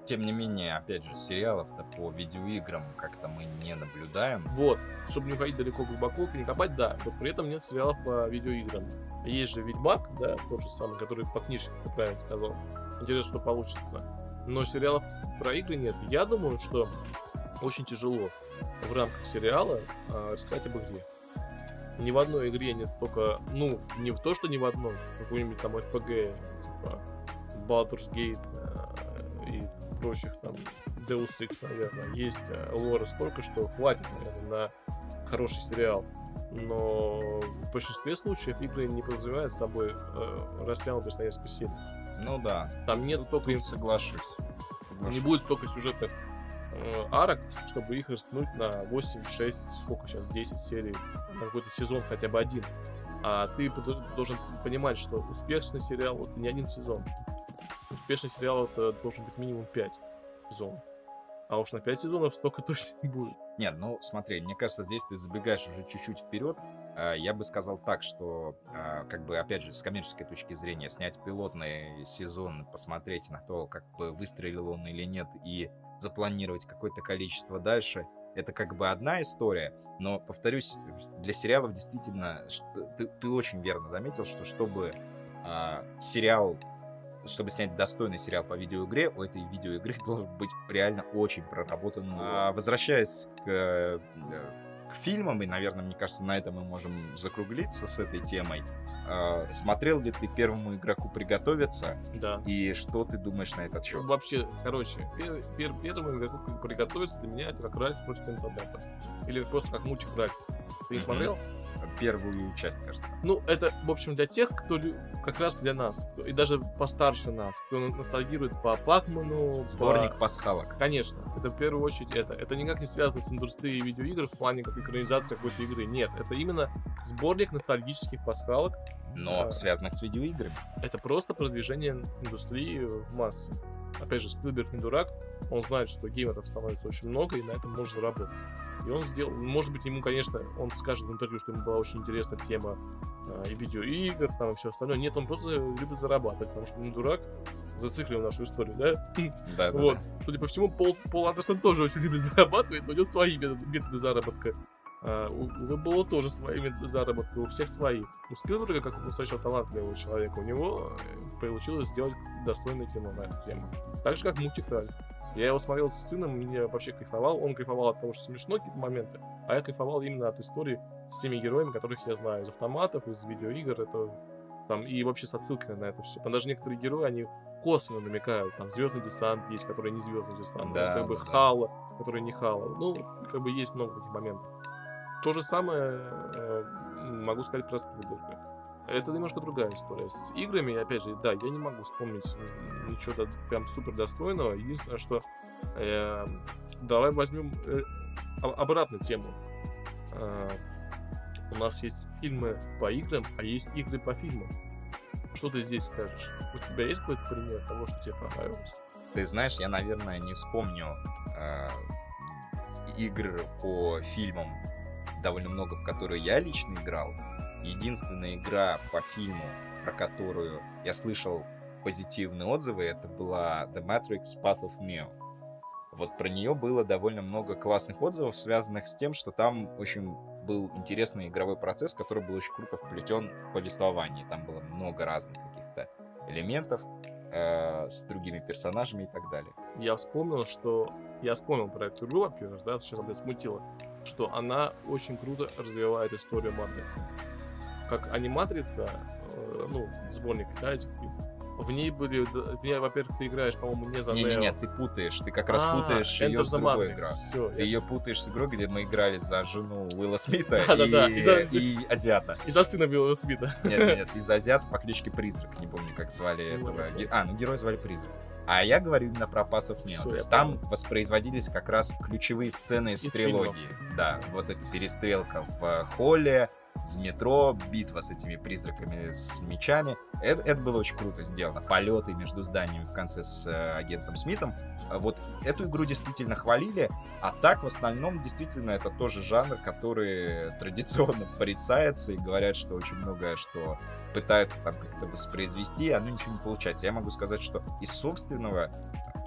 S1: тем не менее, опять же, сериалов-то по видеоиграм как-то мы не наблюдаем.
S2: Вот, чтобы не уходить далеко глубоко, не копать, да. Вот при этом нет сериалов по видеоиграм. Есть же Ведьмак, да, тот же самый, который по книжке, как ты правильно сказал. Интересно, что получится. Но сериалов про игры нет. Я думаю, что очень тяжело в рамках сериала рассказать об игре. Ни в одной игре нет столько... Ну, не в то, что ни в одной. Какой-нибудь там RPG, типа Baldur's Gate и прочих там Deus Ex, наверное. Есть лора столько, что хватит, наверное, на хороший сериал. Но в большинстве случаев игры не подразумевают с собой растянутость на несколько серий.
S1: Ну да.
S2: Там нет столько...
S1: Тут соглашусь.
S2: Не будет столько сюжетных арок, чтобы их растянуть на 8, 6, сколько сейчас, 10 серий, на какой-то сезон хотя бы один. А ты должен понимать, что успешный сериал — это не один сезон. Успешный сериал — это должен быть минимум 5 сезонов. А уж на 5 сезонов столько точно не будет.
S1: Нет, ну смотри, мне кажется, здесь ты забегаешь уже чуть-чуть вперед. Я бы сказал так, что, как бы, опять же, с коммерческой точки зрения, снять пилотный сезон, посмотреть на то, как бы выстрелил он или нет, и запланировать какое-то количество дальше, это как бы одна история. Но, повторюсь, для сериалов действительно, ты очень верно заметил, что чтобы чтобы снять достойный сериал по видеоигре, у этой видеоигры должен быть реально очень проработанный. Возвращаясь к фильмам, и, наверное, мне кажется, на этом мы можем закруглиться с этой темой. Смотрел ли ты «Первому игроку приготовиться»?
S2: Да.
S1: И что ты думаешь на этот счет?
S2: Вообще, короче, «Первому игроку приготовиться» для меня это как Ральф против интернета. Или просто как мультик Ральф. Ты не смотрел?
S1: Первую часть, кажется.
S2: Ну, это, в общем, для тех, кто как раз для нас, и даже постарше нас, кто ностальгирует по Пакману.
S1: Сборник пасхалок.
S2: Конечно, это в первую очередь это. Это никак не связано с индустрией видеоигр в плане как экранизации какой-то игры. Нет, это именно сборник ностальгических пасхалок.
S1: Но связанных с видеоиграми.
S2: Это просто продвижение индустрии в массы. Опять же, Спилберг не дурак, он знает, что геймеров становится очень много, и на этом может заработать. И он сделал, может быть, ему, конечно, он скажет в интервью, что ему была очень интересна тема и видеоигр, там, и все остальное. Нет, он просто любит зарабатывать, потому что он не дурак, зациклил нашу историю, да?
S1: Да,
S2: вот.
S1: да.
S2: Судя по всему, Пол Андерсон тоже очень любит зарабатывать, но у него свои методы заработка. У Вебола тоже свои методы заработка, у всех свои. У Спилберга, как у настоящего талантливого человека, у него получилось сделать достойное кино на эту тему. Так же, как мультик Ральф. Я его смотрел с сыном, я вообще кайфовал. Он кайфовал от того, что смешно какие-то моменты, а я кайфовал именно от истории с теми героями, которых я знаю из автоматов, из видеоигр, это там и вообще с отсылками на это все. Там даже некоторые герои, они косвенно намекают. Там Звездный десант есть, который не Звездный десант,
S1: да,
S2: как бы
S1: да.
S2: Хала, который не Хала. Ну, как бы есть много таких моментов. То же самое могу сказать про Спилберга. Это немножко другая история. С играми, опять же, да, я не могу вспомнить ничего прям супер достойного. Единственное, что давай возьмем обратную тему. У нас есть фильмы по играм, а есть игры по фильмам. Что ты здесь скажешь? У тебя есть какой-то пример того, что тебе понравилось?
S1: Ты знаешь, я, наверное, не вспомню игр по фильмам довольно много, в которые я лично играл. Единственная игра по фильму, про которую я слышал позитивные отзывы, это была The Matrix Path of Neo. Вот про нее было довольно много классных отзывов, связанных с тем, что там очень был интересный игровой процесс, который был очень круто вплетен в повествование. Там было много разных каких-то элементов с другими персонажами и так далее.
S2: Я вспомнил про эту игру, во-первых, да, сейчас меня смутило, что она очень круто развивает историю Матрицы. Как аниматрица, сборник, да, этих, в ней, во-первых, ты играешь, по-моему, не за Нео.
S1: Не-не-не, ты путаешь, ты как раз путаешь ее с другой игрой.
S2: Все,
S1: ты ее путаешь с игрой, где мы играли за жену Уилла Смита и азиата.
S2: И за сына Уилла Смита.
S1: Нет, из азиата по кличке Призрак, не помню, как звали этого. Героя звали Призрак. А я говорю именно про Path of Neo. То есть там воспроизводились как раз ключевые сцены из трилогии. Да, вот эта перестрелка в холле, в метро, битва с этими призраками с мечами. Это было очень круто сделано. Полеты между зданиями в конце с агентом Смитом. Вот эту игру действительно хвалили, а так в остальном действительно это тоже жанр, который традиционно порицается, и говорят, что очень многое, что пытается там как-то воспроизвести, оно ничего не получается. Я могу сказать, что из собственного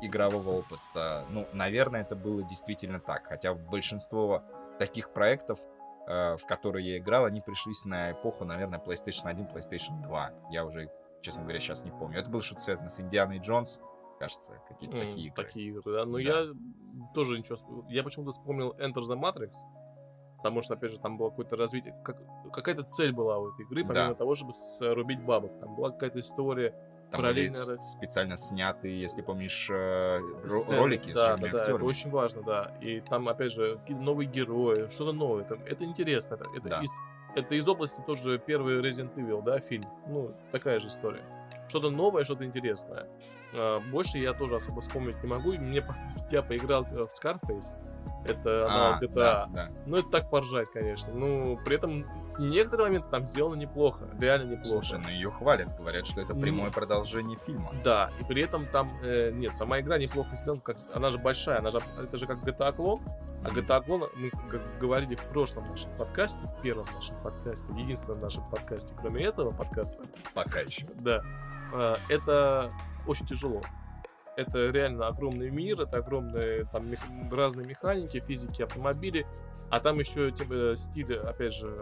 S1: игрового опыта. Ну, наверное, это было действительно так. Хотя большинство таких проектов, в которые я играл, они пришлись на эпоху, наверное, PlayStation 1, PlayStation 2. Я уже, честно говоря, сейчас не помню. Это было что-то связано с Индианой Джонс, кажется, какие-то такие игры.
S2: Такие игры, да. Но
S1: Да.
S2: я тоже ничего... Я почему-то вспомнил Enter the Matrix, потому что, опять же, там было какое-то развитие... Какая-то цель была у этой игры, помимо
S1: Да.
S2: того, чтобы рубить бабок. Там была какая-то история...
S1: Там были
S2: параллельно...
S1: специально снятые, если помнишь,
S2: сцены.
S1: ролики с
S2: Да,
S1: живыми
S2: это
S1: актерами.
S2: очень важно, да. И там, опять же, какие-то новые герои, что-то новое. Это интересно.
S1: Да.
S2: Это из области тоже первый Resident Evil, да, фильм. Ну, такая же история. Что-то новое, что-то интересное. Больше я тоже особо вспомнить не могу. Я поиграл в Scarface. Это аналог GTA.
S1: Да.
S2: Ну, это так поржать, конечно. Ну, при этом некоторые моменты там сделаны неплохо. Реально неплохо.
S1: Слушай, ну ее хвалят, говорят, что это прямое продолжение фильма.
S2: Да, и при этом там, нет, сама игра неплохо сделана, она же большая, это же как GTA клон, а GTA клон, мы как говорили в прошлом нашем подкасте, в первом нашем подкасте, в единственном нашем подкасте, кроме этого подкаста.
S1: Пока еще.
S2: Да, это очень тяжело. Это реально огромный мир, это огромные там разные механики, физики, автомобили. А там еще стиль, опять же,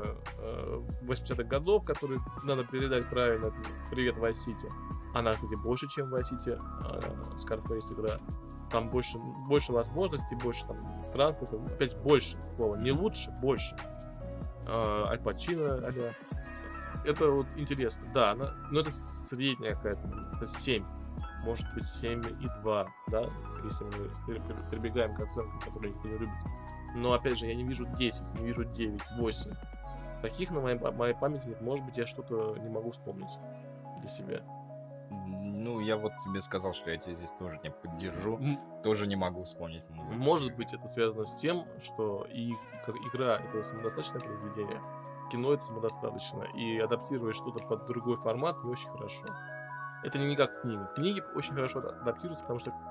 S2: 80-х годов, который надо передать правильно. Это «Привет, Vice City». Она, кстати, больше, чем Vice City, Scarface игра. Там больше возможностей, больше там транспорта. Опять больше слова. Не лучше, больше. Аль Пачино, а-ля. Это вот интересно. Да, но это средняя какая-то. Это 7. Может быть 7,2, да, если мы прибегаем к оценкам, которые никто не любит. Но, опять же, я не вижу 10, не вижу 9, 8. Таких на моей памяти нет. Может быть, я что-то не могу вспомнить для себя.
S1: Ну, я вот тебе сказал, что я тебя здесь тоже не поддержу. Тоже не могу вспомнить.
S2: Может быть, это связано с тем, что игра — это самодостаточное произведение, кино — это самодостаточно, и адаптировать что-то под другой формат не очень хорошо. Это не как книга. Книги очень хорошо адаптируются, потому что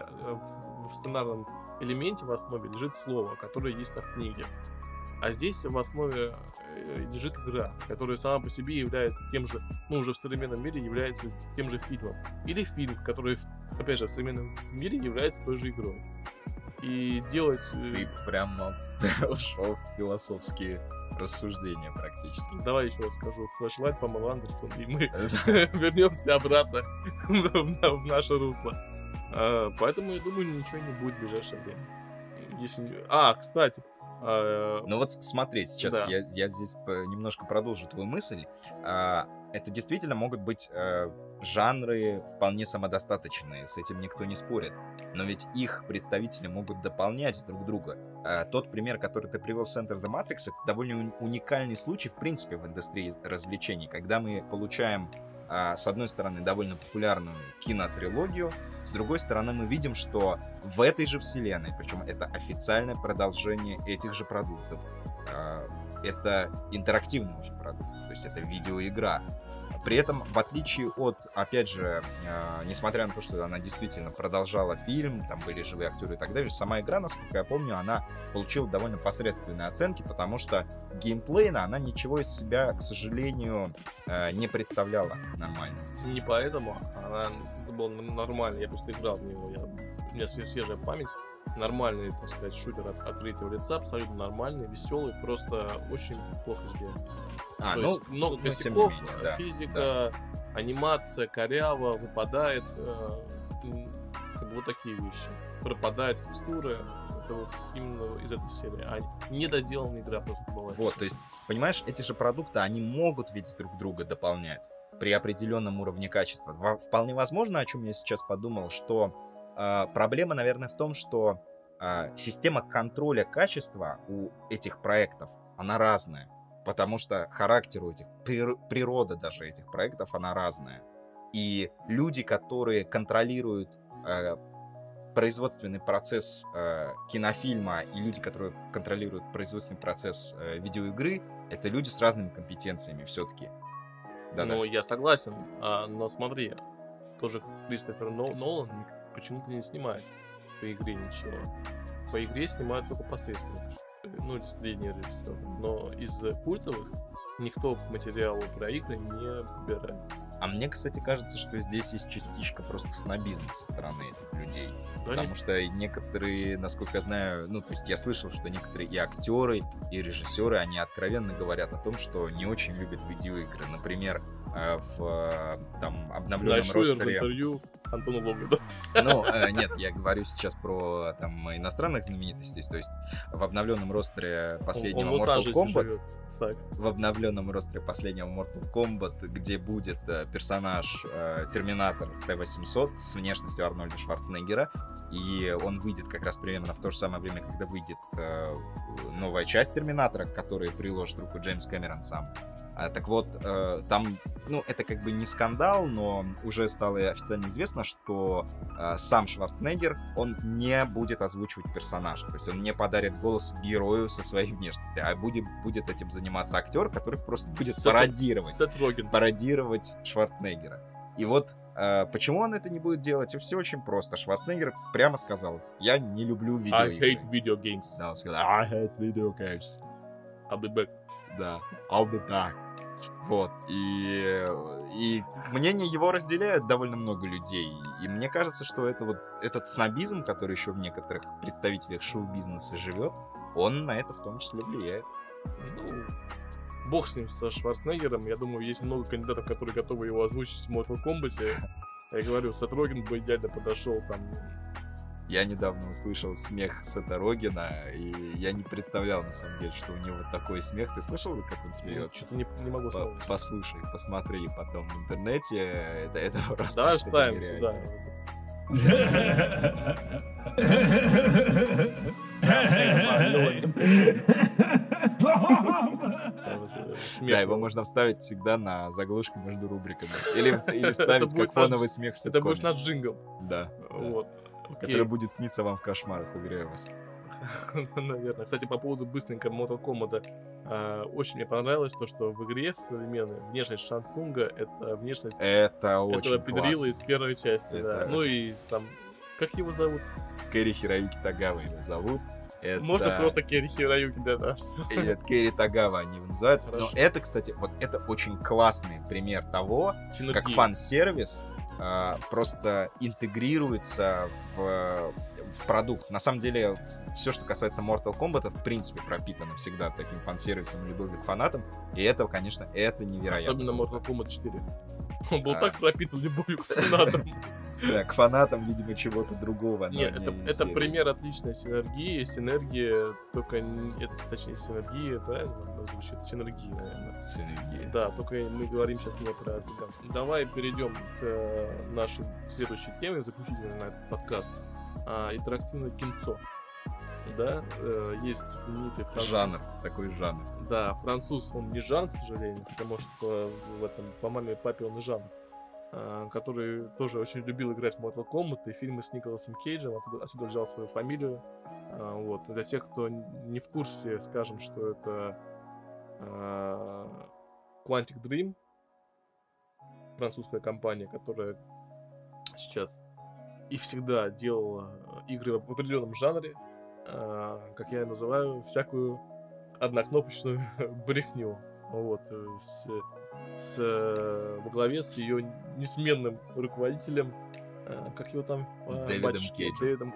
S2: в сценарном элементе в основе лежит слово, которое есть в книге. А здесь в основе лежит игра, которая сама по себе является тем же, ну, уже в современном мире является тем же фильмом. Или фильм, который, опять же, в современном мире является той же игрой. И делать...
S1: Ты прямо ушел в философские рассуждения практически.
S2: Давай еще раз скажу. Флэшлайт, Памела Андерсон, и мы вернемся обратно в наше русло. Поэтому, я думаю, ничего не будет в ближайшее время. Кстати.
S1: Ну вот смотри, сейчас
S2: да.
S1: я здесь немножко продолжу твою мысль. Это действительно могут быть жанры вполне самодостаточные, с этим никто не спорит. Но ведь их представители могут дополнять друг друга. Тот пример, который ты привел с Enter the Matrix, это довольно уникальный случай, в принципе, в индустрии развлечений, когда мы получаем, с одной стороны, довольно популярную кинотрилогию, с другой стороны, мы видим, что в этой же вселенной, причем это официальное продолжение этих же продуктов, это интерактивный уже продукт, то есть это видеоигра. При этом, в отличие от, опять же, несмотря на то, что она действительно продолжала фильм, там были живые актеры и так далее, сама игра, насколько я помню, она получила довольно посредственные оценки, потому что геймплейно она ничего из себя, к сожалению, не представляла нормально.
S2: Не поэтому, это было нормально, я просто играл в него, у меня свежая память. Нормальный, так сказать, шутер от третьего лица, абсолютно нормальный, веселый, просто очень плохо сделан. То есть много косяков,
S1: да,
S2: физика, анимация коряво, выпадает, как бы вот такие вещи. Пропадают текстуры, это вот именно из этой серии. А недоделанная игра просто была.
S1: Вот, то есть, понимаешь, эти же продукты, они могут ведь друг друга дополнять при определенном уровне качества. Вполне возможно, о чем я сейчас подумал, что проблема, наверное, в том, что система контроля качества у этих проектов, она разная. Потому что характер у этих, природа даже этих проектов, она разная. И люди, которые контролируют производственный процесс кинофильма, и люди, которые контролируют производственный процесс видеоигры, это люди с разными компетенциями все-таки.
S2: Ну, я согласен. Но смотри, тоже Кристофер Нолан почему-то не снимает по игре ничего. По игре снимают только посредственно. Ну, или средний режиссер. Но из культовых никто к материалу про игры не подбирается.
S1: А мне, кстати, кажется, что здесь есть частичка просто снобизма со стороны этих людей.
S2: Да,
S1: Потому что некоторые, насколько я знаю, ну, то есть я слышал, что некоторые и актеры, и режиссеры, они откровенно говорят о том, что не очень любят видеоигры. Например, в там обновленном
S2: Найшуер в
S1: ростере...
S2: интервью Антону Логвиду.
S1: Ну, нет, я говорю сейчас про там иностранных знаменитостей. То есть в обновленном ростере последнего
S2: Он в
S1: Mortal
S2: Лос-Анджелесе
S1: Kombat...
S2: живет. Так.
S1: В обновленном ростере последнего Mortal Kombat, где будет персонаж Терминатор Т-800 с внешностью Арнольда Шварценеггера, и он выйдет как раз примерно в то же самое время, когда выйдет новая часть Терминатора, к которой приложит руку Джеймс Кэмерон сам. Так вот, там, ну, это как бы не скандал, но уже стало официально известно, что сам Шварценеггер, он не будет озвучивать персонажа. То есть он не подарит голос герою со своей внешностью, а будет этим заниматься актер, который просто будет пародировать Шварценеггера. И вот почему он это не будет делать? Все очень просто. Шварценеггер прямо сказал: я не люблю видеоигры.
S2: I hate video games.
S1: Да, он сказал: I hate video games.
S2: I'll be back.
S1: Да, I'll be back. Вот, и мнение его разделяет довольно много людей. И мне кажется, что это вот этот снобизм, который еще в некоторых представителях шоу-бизнеса живет, он на это в том числе влияет.
S2: Ну, бог с ним, со Шварценеггером. Я думаю, есть много кандидатов, которые готовы его озвучить в Mortal Kombat. Я говорю, Сет Роген бы идеально подошел там.
S1: Я недавно услышал смех Сета Рогена, и я не представлял, на самом деле, что у него такой смех. Ты слышал, как он смеется?
S2: Что-то не могу вспомнить.
S1: Послушай, посмотри потом в интернете. Это просто...
S2: Давай вставим сюда.
S1: Да, его можно вставить всегда на заглушку между рубриками. Или вставить как фоновый смех в ситкоме.
S2: Это будет наш джингл.
S1: Да.
S2: Вот.
S1: Который будет сниться вам в кошмарах, уверяю вас.
S2: Наверное. Кстати, по поводу быстренько Mortal Kombat, очень мне понравилось то, что в игре в современной внешность Шан Цунга — это внешность этого педрила из первой части. Да. Ну и там... Как его зовут?
S1: Кэри Хироюки Тагава его зовут.
S2: Можно просто Кэри Хироюки для нас.
S1: Или Кэри Тагава они его называют. Хорошо. Но это, кстати, вот это очень классный пример того, как фан-сервис просто интегрируется в продукт. На самом деле, все, что касается Mortal Kombat, в принципе, пропитано всегда таким фан-сервисом и любовью к фанатам. И это, конечно, это невероятно.
S2: Особенно Mortal Kombat 4. Он был так пропитан любовью к фанатам.
S1: Да, к фанатам, видимо, чего-то другого.
S2: Нет, это пример отличной синергии. Синергия, только... Это, точнее, синергия, правильно звучит? Синергия, наверное.
S1: Синергия.
S2: Да, только мы говорим сейчас не про цыганское. Давай перейдем к нашей следующей теме, заключительной на этот подкаст. Интерактивное кинцо. Да, есть знаменитый француз.
S1: Жанр, такой жанр.
S2: Да, француз, он не Жан, к сожалению, потому что в этом, по маме и папе он и Жан, который тоже очень любил играть в Mortal Kombat и фильмы с Николасом Кейджем, отсюда взял свою фамилию. Вот. Для тех, кто не в курсе, скажем, что это Quantic Dream, французская компания, которая сейчас и всегда делала игры в определенном жанре, как я называю, всякую однокнопочную брехню. Вот. Во главе с ее несменным руководителем, как его там?
S1: Дэвидом Кейджем.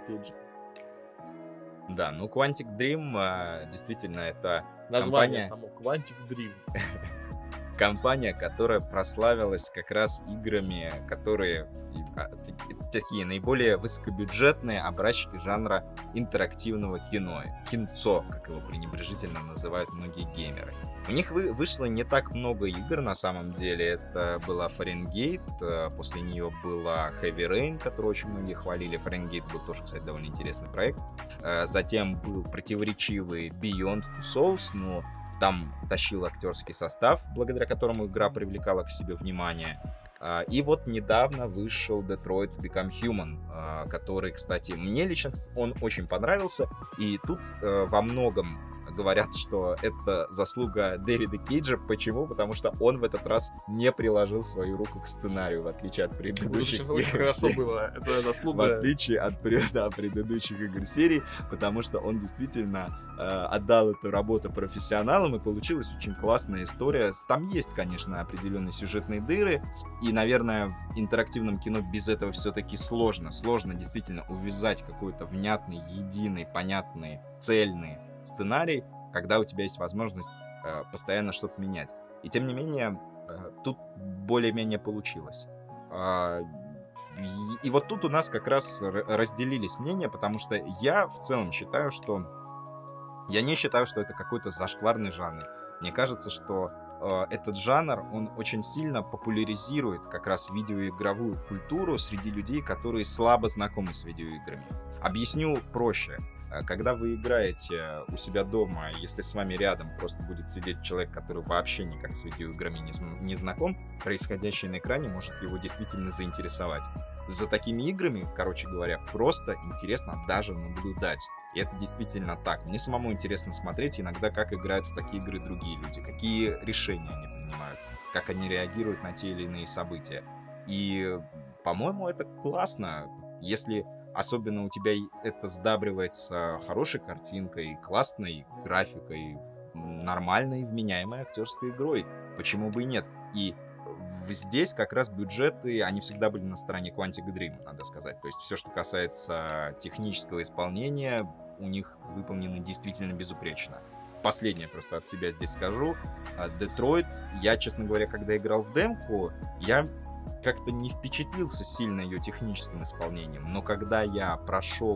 S1: Да, ну Quantic Dream действительно это
S2: название само Quantic Dream.
S1: Компания, которая прославилась как раз играми, которые такие наиболее высокобюджетные образчики жанра интерактивного кино. Кинцо, как его пренебрежительно называют многие геймеры. У них вышло не так много игр на самом деле. Это была Фаренгейт, после нее была Heavy Rain, которую очень многие хвалили. Фаренгейт был тоже, кстати, довольно интересный проект. Затем был противоречивый Beyond Two Souls, но там тащил актерский состав, благодаря которому игра привлекала к себе внимание. И вот недавно вышел Detroit Become Human, который, кстати, мне лично он очень понравился. И тут во многом говорят, что это заслуга Дэвида Кейджа. Почему? Потому что он в этот раз не приложил свою руку к сценарию, в отличие от предыдущих
S2: Сейчас очень
S1: игр
S2: хорошо
S1: серии.
S2: было. Это
S1: В
S2: заслуга.
S1: отличие от предыдущих игр серии, потому что он действительно отдал эту работу профессионалам, и получилась очень классная история. Там есть, конечно, определенные сюжетные дыры, и, наверное, в интерактивном кино без этого все-таки сложно. Сложно действительно увязать какой-то внятный, единый, понятный, цельный сценарий, когда у тебя есть возможность постоянно что-то менять. И тем не менее, тут более-менее получилось. И вот тут у нас как раз разделились мнения, потому что я в целом считаю, что... Я не считаю, что это какой-то зашкварный жанр. Мне кажется, что этот жанр, он очень сильно популяризирует как раз видеоигровую культуру среди людей, которые слабо знакомы с видеоиграми. Объясню проще. Когда вы играете у себя дома, если с вами рядом просто будет сидеть человек, который вообще никак с видеоиграми не знаком, происходящее на экране может его действительно заинтересовать. За такими играми, короче говоря, просто интересно даже наблюдать. И это действительно так. Мне самому интересно смотреть иногда, как играют в такие игры другие люди, какие решения они принимают, как они реагируют на те или иные события. И, по-моему, это классно, если особенно у тебя это сдабривается хорошей картинкой, классной графикой, нормальной вменяемой актерской игрой. Почему бы и нет? И здесь как раз бюджеты, они всегда были на стороне Quantic Dream, надо сказать. То есть все, что касается технического исполнения, у них выполнено действительно безупречно. Последнее просто от себя здесь скажу. Детройт, я, честно говоря, когда играл в демку, я как-то не впечатлился сильно ее техническим исполнением. Но когда я прошел,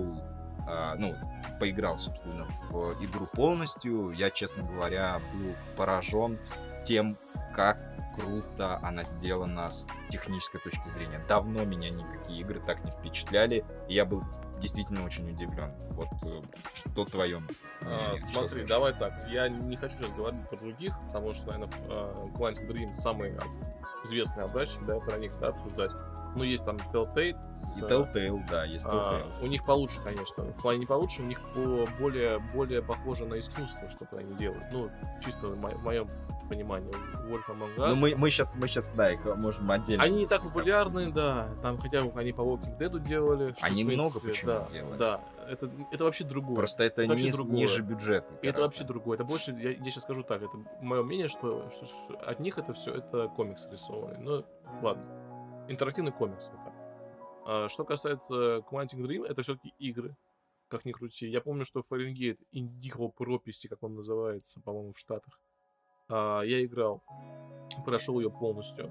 S1: поиграл, собственно, в игру полностью, я, честно говоря, был поражен тем, как круто она сделана с технической точки зрения. Давно меня никакие игры так не впечатляли, и я был действительно очень удивлен. Вот что твое мнение?
S2: Смотри, давай так. Я не хочу сейчас говорить про других, потому что, наверное, Quantic Dream самый известный образчик, да, про них обсуждать. Ну, есть там Telltale.
S1: И Telltale, да, есть Telltale.
S2: У них получше, конечно. В плане не получше, у них более похоже на искусство, что они делают. Ну, чисто в моем понимании. Wolf Among Us.
S1: Ну, мы сейчас, да, их можем отдельно.
S2: Они не так популярны, да. Там хотя бы они по Walking Dead делали.
S1: Они много почему делали.
S2: Да, это вообще другое.
S1: Просто это ниже бюджета.
S2: Это вообще другое. Это больше, я сейчас скажу так, это мое мнение, что от них это все, это комикс рисованный. Ну, ладно. Интерактивный комикс. Что касается Quantic Dream, это все-таки игры, как ни крути. Я помню, что Фаренгейт, Индиго прописи, как он называется, по-моему, в Штатах, я играл, прошел ее полностью.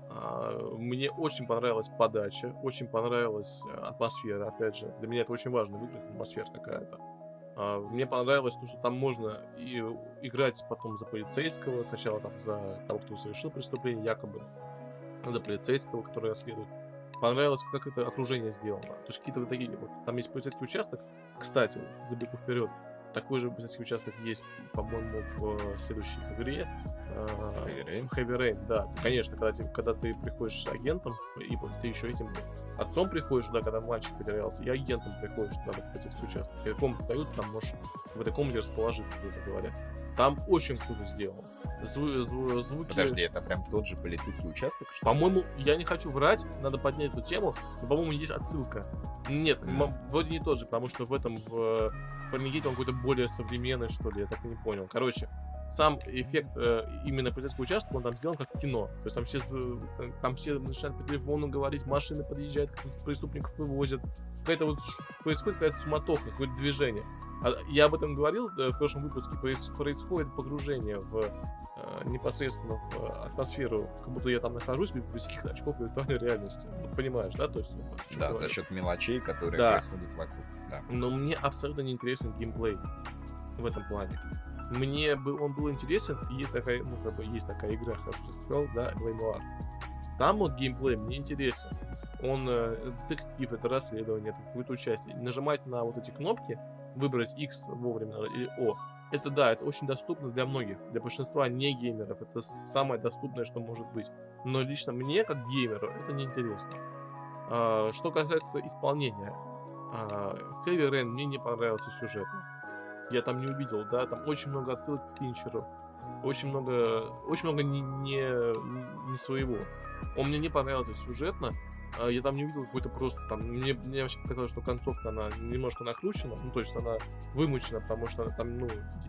S2: Мне очень понравилась подача, очень понравилась атмосфера, опять же. Для меня это очень важно, выиграть атмосфера какая-то. Мне понравилось то, что там можно играть потом за полицейского, сначала там за того, кто совершил преступление, якобы за полицейского, который расследует. Понравилось, как это окружение сделано. То есть какие-то вот такие... Вот, там есть полицейский участок. Кстати, забегу вперед. Такой же полицейский участок есть, по-моему, в следующей игре. Heavy Rain, да. Конечно, когда ты приходишь с агентом, и ты еще этим отцом приходишь туда, когда мальчик потерялся, и агентом приходишь туда, в полицейский участок. И комнату дают, там можешь в этой комнате расположиться, грубо говоря. Там очень круто сделано. Звуки...
S1: Подожди, это прям тот же полицейский участок? Что
S2: по-моему, я не хочу врать, надо поднять эту тему, но, по-моему, есть отсылка. Нет, вроде не тот же, потому что в Фаренгейте он какой-то более современный, что ли, я так и не понял. Короче, сам эффект именно полицейского участка, он там сделан как в кино. То есть там все начинают по телефону говорить, машины подъезжают, каких-то преступников вывозят. Какая-то вот происходит какая-то суматоха, какое-то движение. Я об этом говорил в прошлом выпуске. Происходит погружение непосредственно в атмосферу, как будто я там нахожусь без всяких очков виртуальной реальности. Вот, понимаешь, да? То есть,
S1: да, за счет мелочей, которые происходят вокруг. Да.
S2: Но мне абсолютно не интересен геймплей в этом плане. Мне он был интересен, есть такая, есть такая игра, хорошо сказал, да, L.A. Noire. Там вот геймплей мне интересен. Он детектив, это расследование, это какое-то участие. Нажимать на вот эти кнопки, выбрать X вовремя или O, это очень доступно для многих. Для большинства не геймеров это самое доступное, что может быть. Но лично мне, как геймеру, это неинтересно. Что касается исполнения, Heavy Rain мне не понравился сюжетно. я там не увидел, да, там очень много отсылок к Финчеру, очень много не своего. Он мне не понравился сюжетно, я там не увидел какой-то просто там, мне вообще показалось, что концовка, она немножко накручена, ну, то есть она вымучена, потому что она там, ну,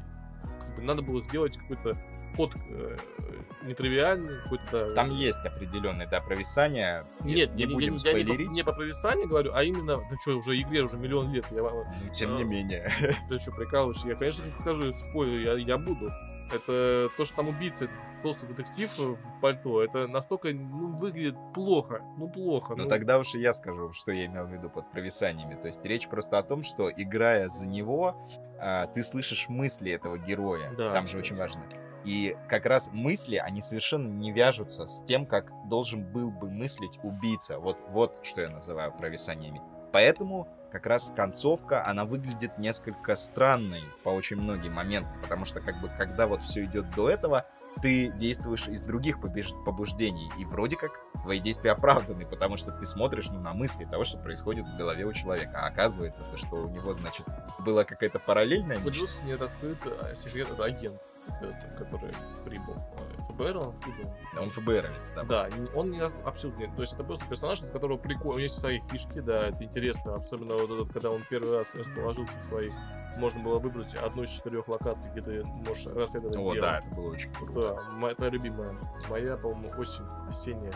S2: как бы надо было сделать какой-то ход нетривиальный, какой-то...
S1: Там есть определенное, да, провисание.
S2: Нет,
S1: не
S2: я
S1: будем
S2: не
S1: спойлерить.
S2: по провисанию говорю, а именно, да что, уже игре уже миллион лет.
S1: Ну, тем не менее.
S2: Ты что, прикалываешься? Я, конечно, не покажу спойлер, я буду. Это то, что там убийца, толстый детектив в пальто, это настолько, ну, выглядит плохо. Ну, плохо.
S1: Ну, тогда уж и я скажу, что я имел в виду под провисаниями. То есть речь просто о том, что, играя за него, ты слышишь мысли этого героя.
S2: Да,
S1: Там же
S2: кстати.
S1: очень важно. И как раз мысли, они совершенно не вяжутся с тем, как должен был бы мыслить убийца. Вот что я называю провисаниями. Поэтому как раз концовка, она выглядит несколько странной по очень многим моментам. Потому что, как бы, когда вот все идет до этого, ты действуешь из других побуждений. И вроде как твои действия оправданы, потому что ты смотришь, ну, на мысли того, что происходит в голове у человека. А оказывается, то, что у него, значит, была какая-то параллельная мечта.
S2: Поджус не раскрыт секрет, это агент, который прибыл. ФБР он прибыл.
S1: Он ФБРовец, да.
S2: Да, он не абсолютно нет. То есть это просто персонаж, из которого прикольно. У него есть свои фишки, да, это интересно. Особенно вот этот, когда он первый раз расположился в своей. Можно было выбрать одну из 4 локаций, где ты можешь расследовать
S1: О,
S2: дело.
S1: да, это было очень круто.
S2: Да, это любимая. Моя, по-моему, осень, осенняя.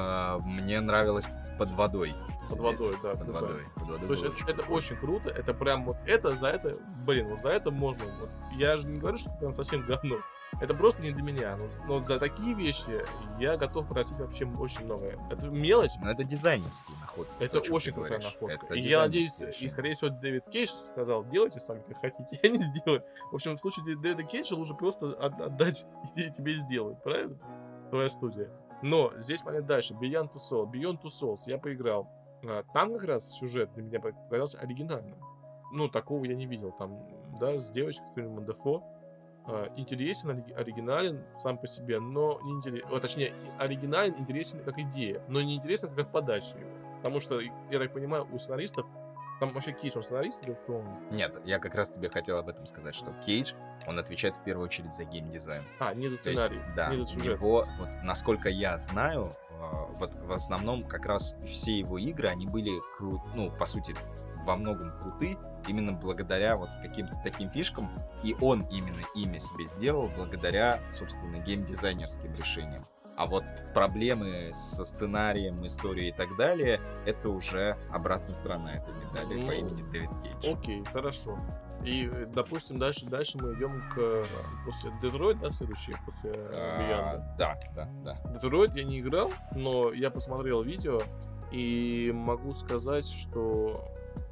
S1: Мне нравилось под водой.
S2: Под водой, да.
S1: Под водой.
S2: То есть это очень круто. Это прям вот это, за это, блин, вот за это можно. Вот, я же не говорю, что это прям совсем говно. Это просто не для меня. Но за такие вещи я готов просить вообще очень многое. Это мелочь.
S1: Но это дизайнерские находки.
S2: Это
S1: то,
S2: очень крутая находка.
S1: Это
S2: И я надеюсь,
S1: дизайнерские
S2: и скорее всего Дэвид Кейдж сказал, делайте сами как хотите, я не сделаю. В общем, в случае Дэвида Кейджа лучше просто отдать, и тебе сделают, правильно? Твоя студия. Но здесь момент дальше. Beyond Two Souls я поиграл. Там как раз сюжет для меня показался оригинальным. Ну, такого я не видел. Там, да, с девочкой, с Вильямом Дефо. Интересен, оригинален сам по себе, но не интересен. Точнее, оригинален, интересен как идея, но не интересен как подача его. Потому что, я так понимаю, у сценаристов. Там вообще Кейдж, он сценарист или кто он?
S1: Нет, я как раз тебе хотел об этом сказать, что Кейдж, он отвечает в первую очередь за геймдизайн.
S2: Не за сценарий,
S1: да,
S2: не за сюжет.
S1: Его, вот, насколько я знаю, вот в основном как раз все его игры, они были, ну, по сути, во многом круты, именно благодаря вот каким-то таким фишкам, и он именно ими себе сделал благодаря, собственно, геймдизайнерским решениям. А вот проблемы со сценарием, историей и так далее, это уже обратная сторона этой медали по имени Дэвид Кейдж.
S2: Окей, хорошо. И, допустим, дальше мы идем к... После Детройт, да, следующий? После Beyond?
S1: Да.
S2: Детройт я не играл, но я посмотрел видео, и могу сказать, что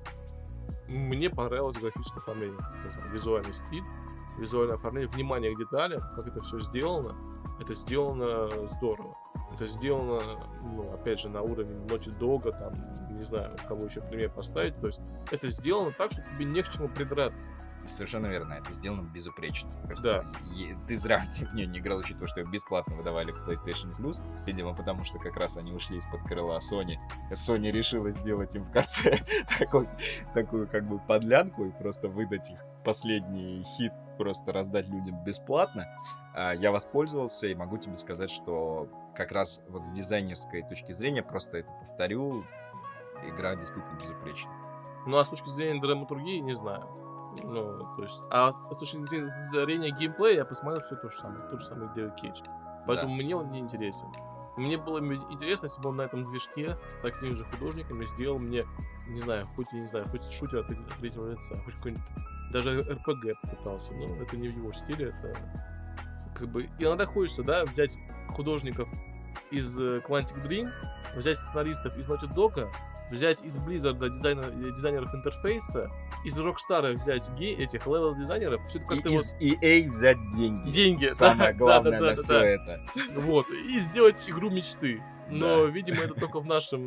S2: мне понравилось графическое оформление, визуальный стиль, визуальное оформление, внимание к деталям, как это все сделано. Это сделано здорово. Это сделано, ну, опять же, на уровне Naughty Dog, там, не знаю, кого еще пример поставить. То есть это сделано так, что тебе не к чему придраться.
S1: Совершенно верно, это сделано безупречно.
S2: Да.
S1: Ты зря не играл, учитывая, что бесплатно выдавали в PlayStation Plus, видимо, потому что как раз они ушли из-под крыла Sony. Sony решила сделать им в конце такую как бы подлянку и просто выдать их последний хит, просто раздать людям бесплатно. Я воспользовался и могу тебе сказать, что как раз вот с дизайнерской точки зрения, просто это повторю, игра действительно безупречна.
S2: Ну, а с точки зрения драматургии, не знаю. Ну, то есть... А с точки зрения геймплея я посмотрел все то же самое. Тот же самый Дэвид Кейдж. Поэтому мне он не интересен. Мне было интересно, если бы он на этом движке с такими же художниками сделал мне, не знаю, хоть шутер от третьего лица, хоть какой-нибудь даже РПГ попытался. Но это не в его стиле, это как бы... Иногда хочется, да, взять художников из Quantic Dream, взять сценаристов из Naughty Dog, взять из Blizzard дизайнеров интерфейса, из Rockstar взять этих левел-дизайнеров, все это как-то
S1: и из EA взять деньги.
S2: Деньги,
S1: самое главное на все это.
S2: Вот, и сделать игру мечты. Но, видимо, это только в наших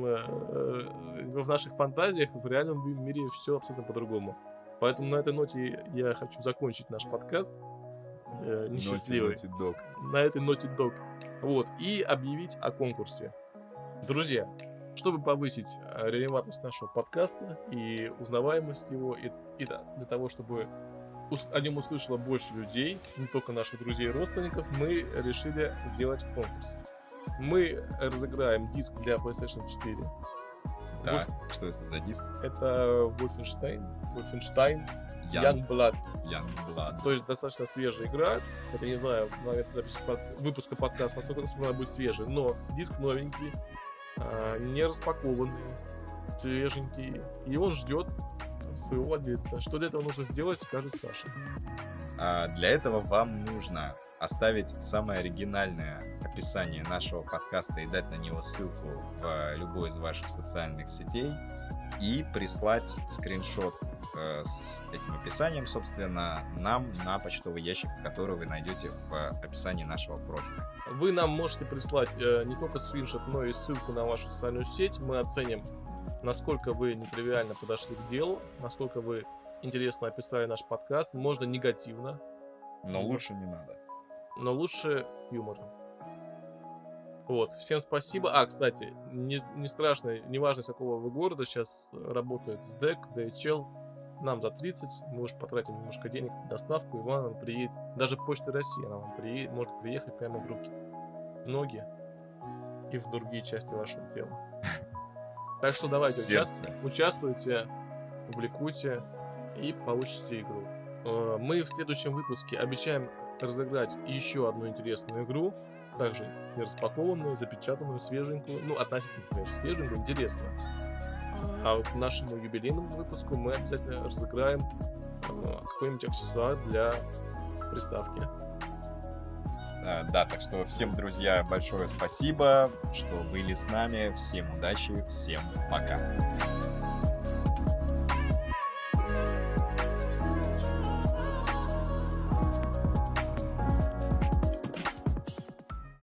S2: фантазиях, в реальном мире все абсолютно по-другому. Поэтому на этой ноте я хочу закончить наш подкаст. Несчастливый. На этой Naughty Dog. Вот, и объявить о конкурсе. Друзья, чтобы повысить релевантность нашего подкаста и узнаваемость его, и для того, чтобы о нем услышало больше людей, не только наших друзей и родственников, мы решили сделать конкурс. Мы разыграем диск для PlayStation 4.
S1: Да, что это за диск?
S2: Это Wolfenstein Youngblood.
S1: Youngblood.
S2: То есть достаточно свежая игра. Это, не знаю, на записи выпуска подкаста, насколько она будет свежей, но диск новенький, не распакованный, свеженький, и он ждет своего владельца. Что для этого нужно сделать, скажет Саша.
S1: Для этого вам нужно оставить самое оригинальное описание нашего подкаста и дать на него ссылку в любой из ваших социальных сетей и прислать скриншот с этим описанием, собственно, нам на почтовый ящик, который вы найдете в описании нашего профиля.
S2: Вы нам можете прислать не только скриншот, но и ссылку на вашу социальную сеть. Мы оценим, насколько вы нетривиально подошли к делу, насколько вы интересно описали наш подкаст. Можно негативно.
S1: Но лучше не надо.
S2: Но лучше с юмором. Вот, всем спасибо. Кстати, не страшно, не важно, с какого вы города, сейчас работает СДЭК, DHL. Нам за 30, мы уж потратим немножко денег на доставку, и вам она приедет. Даже Почта России она вам может приехать прямо в руки, в ноги и в другие части вашего тела. Так что давайте, участвуйте, публикуйте и получите игру. Мы в следующем выпуске обещаем разыграть еще одну интересную игру, также не распакованную, запечатанную, свеженькую, относительно свеженькую, интересную. А вот к нашему юбилейному выпуску мы обязательно разыграем какой-нибудь аксессуар для приставки.
S1: Да, так что всем, друзья, большое спасибо, что были с нами. Всем удачи, всем пока.